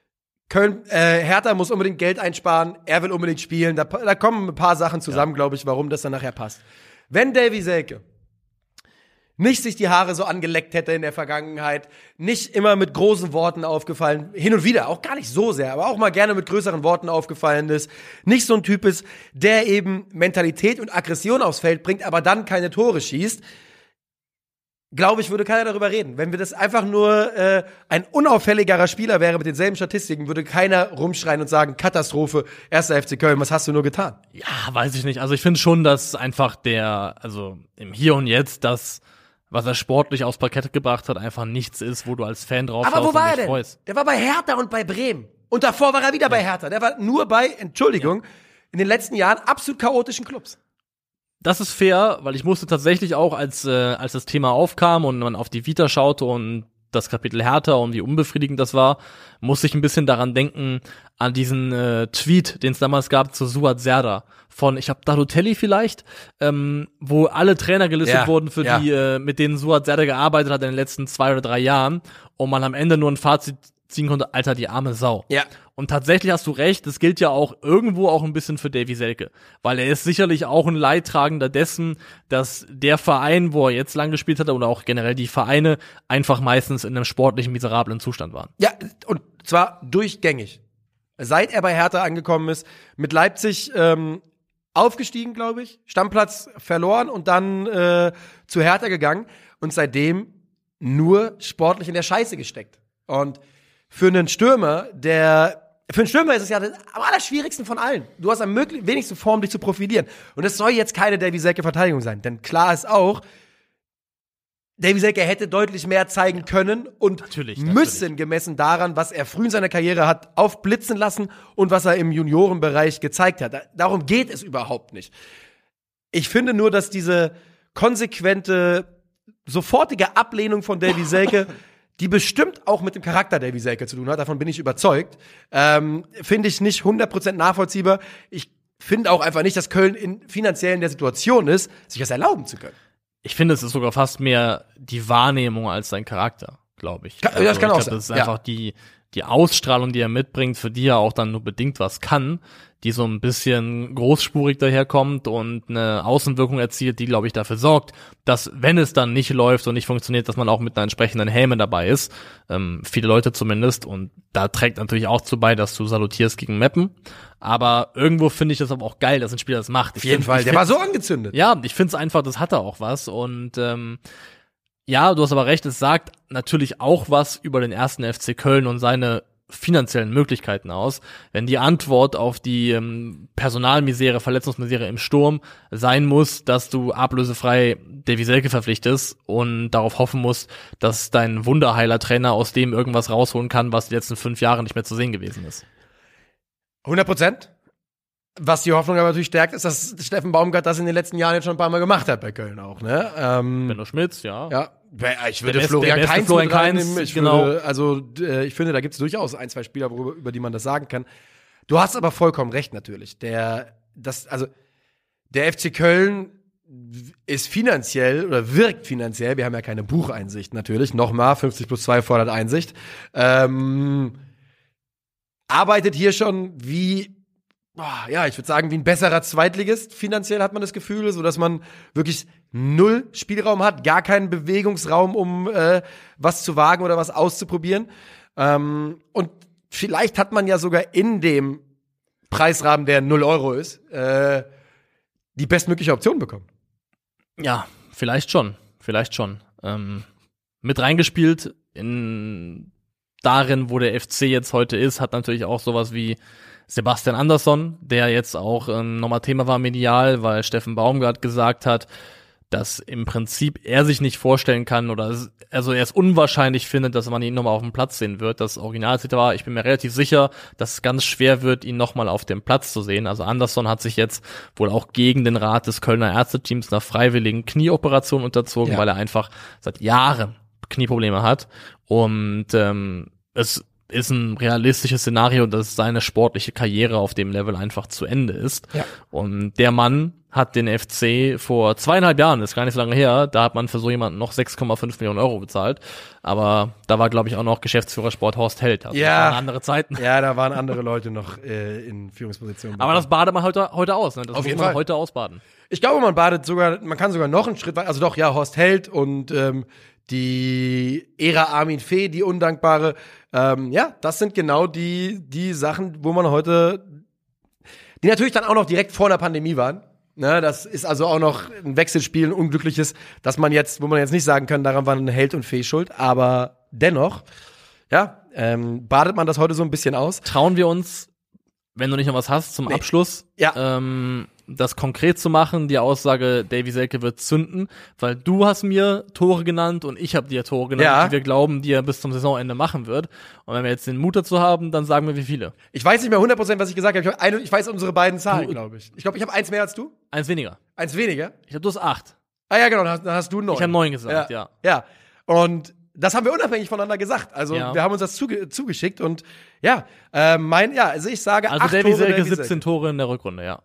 Hertha muss unbedingt Geld einsparen, er will unbedingt spielen. Da kommen ein paar Sachen zusammen, glaube ich, warum das dann nachher passt. Wenn Davy Selke nicht sich die Haare so angeleckt hätte in der Vergangenheit, nicht immer mit großen Worten aufgefallen, hin und wieder, auch gar nicht so sehr, aber auch mal gerne mit größeren Worten aufgefallen ist, nicht so ein Typ ist, der eben Mentalität und Aggression aufs Feld bringt, aber dann keine Tore schießt, glaube ich, würde keiner darüber reden. Wenn wir das einfach nur ein unauffälligerer Spieler wäre mit denselben Statistiken, würde keiner rumschreien und sagen, Katastrophe, 1. FC Köln, was hast du nur getan? Ja, weiß ich nicht. Also ich finde schon, dass einfach im Hier und Jetzt was er sportlich aufs Parkett gebracht hat, einfach nichts ist, wo du als Fan drauf schaust. Aber wo war er denn? Freust. Der war bei Hertha und bei Bremen. Und davor war er wieder bei Hertha. Der war nur bei, in den letzten Jahren absolut chaotischen Clubs. Das ist fair, weil ich musste tatsächlich auch, als das Thema aufkam und man auf die Vita schaute und das Kapitel Hertha und wie unbefriedigend das war, musste ich ein bisschen daran denken, an diesen Tweet, den es damals gab zu Suat Serdar von, ich habe Balotelli vielleicht, wo alle Trainer gelistet wurden, für die mit denen Suat Serdar gearbeitet hat in den letzten 2 oder 3 Jahren und man am Ende nur ein Fazit ziehen konnte, Alter, die arme Sau. Ja. Und tatsächlich hast du recht, das gilt ja auch irgendwo auch ein bisschen für Davy Selke, weil er ist sicherlich auch ein Leidtragender dessen, dass der Verein, wo er jetzt lang gespielt hat, oder auch generell die Vereine, einfach meistens in einem sportlichen, miserablen Zustand waren. Ja, und zwar durchgängig. Seit er bei Hertha angekommen ist, mit Leipzig aufgestiegen, glaube ich, Stammplatz verloren und dann zu Hertha gegangen und seitdem nur sportlich in der Scheiße gesteckt. Und für einen Stürmer ist es ja das am allerschwierigsten von allen. Du hast am wenigsten Form, dich zu profilieren. Und es soll jetzt keine Davy Selke-Verteidigung sein. Denn klar ist auch, Davy Selke hätte deutlich mehr zeigen können und müssen, gemessen daran, was er früh in seiner Karriere hat aufblitzen lassen und was er im Juniorenbereich gezeigt hat. Darum geht es überhaupt nicht. Ich finde nur, dass diese konsequente, sofortige Ablehnung von Davy Selke die bestimmt auch mit dem Charakter Davy Selke zu tun hat, davon bin ich überzeugt, finde ich nicht 100% nachvollziehbar. Ich finde auch einfach nicht, dass Köln finanziell in der Situation ist, sich das erlauben zu können. Ich finde, es ist sogar fast mehr die Wahrnehmung als sein Charakter, glaube ich. Das kann auch sein. Das ist einfach die Ausstrahlung, die er mitbringt, für die er auch dann nur bedingt was kann, die so ein bisschen großspurig daherkommt und eine Außenwirkung erzielt, die, glaube ich, dafür sorgt, dass, wenn es dann nicht läuft und nicht funktioniert, dass man auch mit einer entsprechenden Häme dabei ist. Viele Leute zumindest. Und da trägt natürlich auch zu bei, dass du salutierst gegen Meppen. Aber irgendwo finde ich das aber auch geil, dass ein Spieler das macht. Auf jeden Fall, der war so angezündet. Ja, ich finde es einfach, das hat er auch was. Und ja, du hast aber recht, es sagt natürlich auch was über den 1. FC Köln und seine finanziellen Möglichkeiten aus, wenn die Antwort auf die Personalmisere, Verletzungsmisere im Sturm sein muss, dass du ablösefrei Davy Selke verpflichtest und darauf hoffen musst, dass dein Wunderheiler-Trainer aus dem irgendwas rausholen kann, was die letzten 5 Jahre nicht mehr zu sehen gewesen ist. 100%. Was die Hoffnung aber natürlich stärkt, ist, dass Steffen Baumgart das in den letzten Jahren jetzt schon ein paar Mal gemacht hat bei Köln auch, ne? Benno Schmitz, ja. Ja, ich würde Florian Kainz mit reinnehmen. Ich finde, da gibt es durchaus 1, 2 Spieler, über die man das sagen kann. Du hast aber vollkommen recht natürlich. Der FC Köln ist finanziell oder wirkt finanziell, wir haben ja keine Bucheinsicht natürlich, nochmal, 50+2 fordert Einsicht, arbeitet hier schon wie ja, ich würde sagen, wie ein besserer Zweitligist finanziell hat man das Gefühl, so dass man wirklich 0 Spielraum hat, gar keinen Bewegungsraum, um was zu wagen oder was auszuprobieren. Und vielleicht hat man ja sogar in dem Preisrahmen, der 0 Euro ist, die bestmögliche Option bekommen. Ja, vielleicht schon. Mit reingespielt darin, wo der FC jetzt heute ist, hat natürlich auch sowas wie Sebastian Andersson, der jetzt auch nochmal Thema war medial, weil Steffen Baumgart gesagt hat, dass im Prinzip er sich nicht vorstellen kann oder er es unwahrscheinlich findet, dass man ihn nochmal auf dem Platz sehen wird. Das Originalzitat war, ich bin mir relativ sicher, dass es ganz schwer wird, ihn nochmal auf dem Platz zu sehen. Also Andersson hat sich jetzt wohl auch gegen den Rat des Kölner Ärzteteams einer freiwilligen Knieoperation unterzogen, weil er einfach seit Jahren Knieprobleme hat. Und es ist ein realistisches Szenario, dass seine sportliche Karriere auf dem Level einfach zu Ende ist. Ja. Und der Mann hat den FC vor 2,5 Jahren, ist gar nicht so lange her, da hat man für so jemanden noch 6,5 Millionen Euro bezahlt. Aber da war, glaube ich, auch noch Geschäftsführer Sport Horst Held. Also das waren andere Zeiten. Ja, da waren andere Leute noch in Führungspositionen. Aber das badet man heute aus, ne? Das auf jeden muss man Fall heute ausbaden. Ich glaube, man kann sogar noch einen Schritt weiter, also doch, ja, Horst Held und die Ära Armin Fee, die undankbare, ja, das sind genau die Sachen, wo man heute, die natürlich dann auch noch direkt vor der Pandemie waren. Ne, das ist also auch noch ein Wechselspiel, ein unglückliches, wo man jetzt nicht sagen kann, daran waren Held und Fee schuld, aber dennoch, ja, badet man das heute so ein bisschen aus. Trauen wir uns, wenn du nicht noch was hast, zum Abschluss, das konkret zu machen, die Aussage, Davy Selke wird zünden, weil du hast mir Tore genannt und ich habe dir Tore genannt, die wir glauben, die er bis zum Saisonende machen wird. Und wenn wir jetzt den Mut dazu haben, dann sagen wir, wie viele. Ich weiß nicht mehr 100%, was ich gesagt habe. Ich weiß unsere beiden Zahlen, glaube ich. Ich glaube, ich habe 1 mehr als du. 1 weniger. 1 weniger? Ich glaube, du hast 8. Ah ja, genau, dann hast du 9. Ich habe 9 gesagt, ja. Ja, und das haben wir unabhängig voneinander gesagt. Also wir haben uns das zugeschickt und also ich sage 8 Tore. Also Davy Selke 17 Tore in der Rückrunde, ja.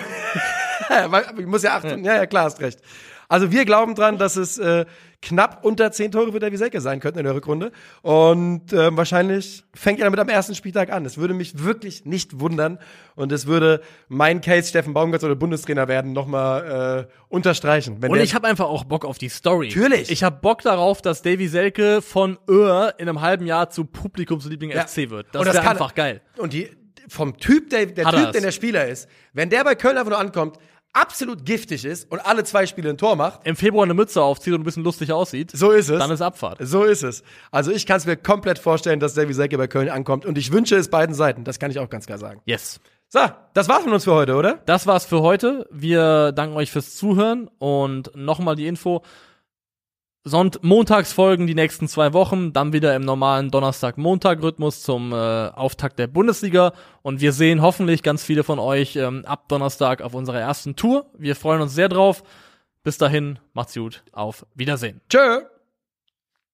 Ich muss ja 8. Ja, klar, hast recht. Also wir glauben dran, dass es knapp unter 10 Tore für Davy Selke sein könnten in der Rückrunde. Und wahrscheinlich fängt er damit am ersten Spieltag an. Es würde mich wirklich nicht wundern. Und es würde mein Case, Steffen Baumgart oder Bundestrainer werden, nochmal unterstreichen. Und ich habe einfach auch Bock auf die Story. Natürlich. Ich habe Bock darauf, dass Davy Selke von in einem halben Jahr zu Publikumsliebling FC wird. Das wäre einfach geil. Und vom Typ, der der Spieler ist, wenn der bei Köln einfach nur ankommt, absolut giftig ist und alle 2 Spiele ein Tor macht. Im Februar eine Mütze aufzieht und ein bisschen lustig aussieht. So ist es. Dann ist Abfahrt. So ist es. Also ich kann es mir komplett vorstellen, dass Davy Selke bei Köln ankommt und ich wünsche es beiden Seiten. Das kann ich auch ganz klar sagen. Yes. So, das war's von uns für heute, oder? Das war's für heute. Wir danken euch fürs Zuhören und nochmal die Info. Montagsfolgen die nächsten 2 Wochen, dann wieder im normalen Donnerstag-Montag-Rhythmus zum Auftakt der Bundesliga und wir sehen hoffentlich ganz viele von euch ab Donnerstag auf unserer ersten Tour. Wir freuen uns sehr drauf. Bis dahin, macht's gut, auf Wiedersehen. Tschö.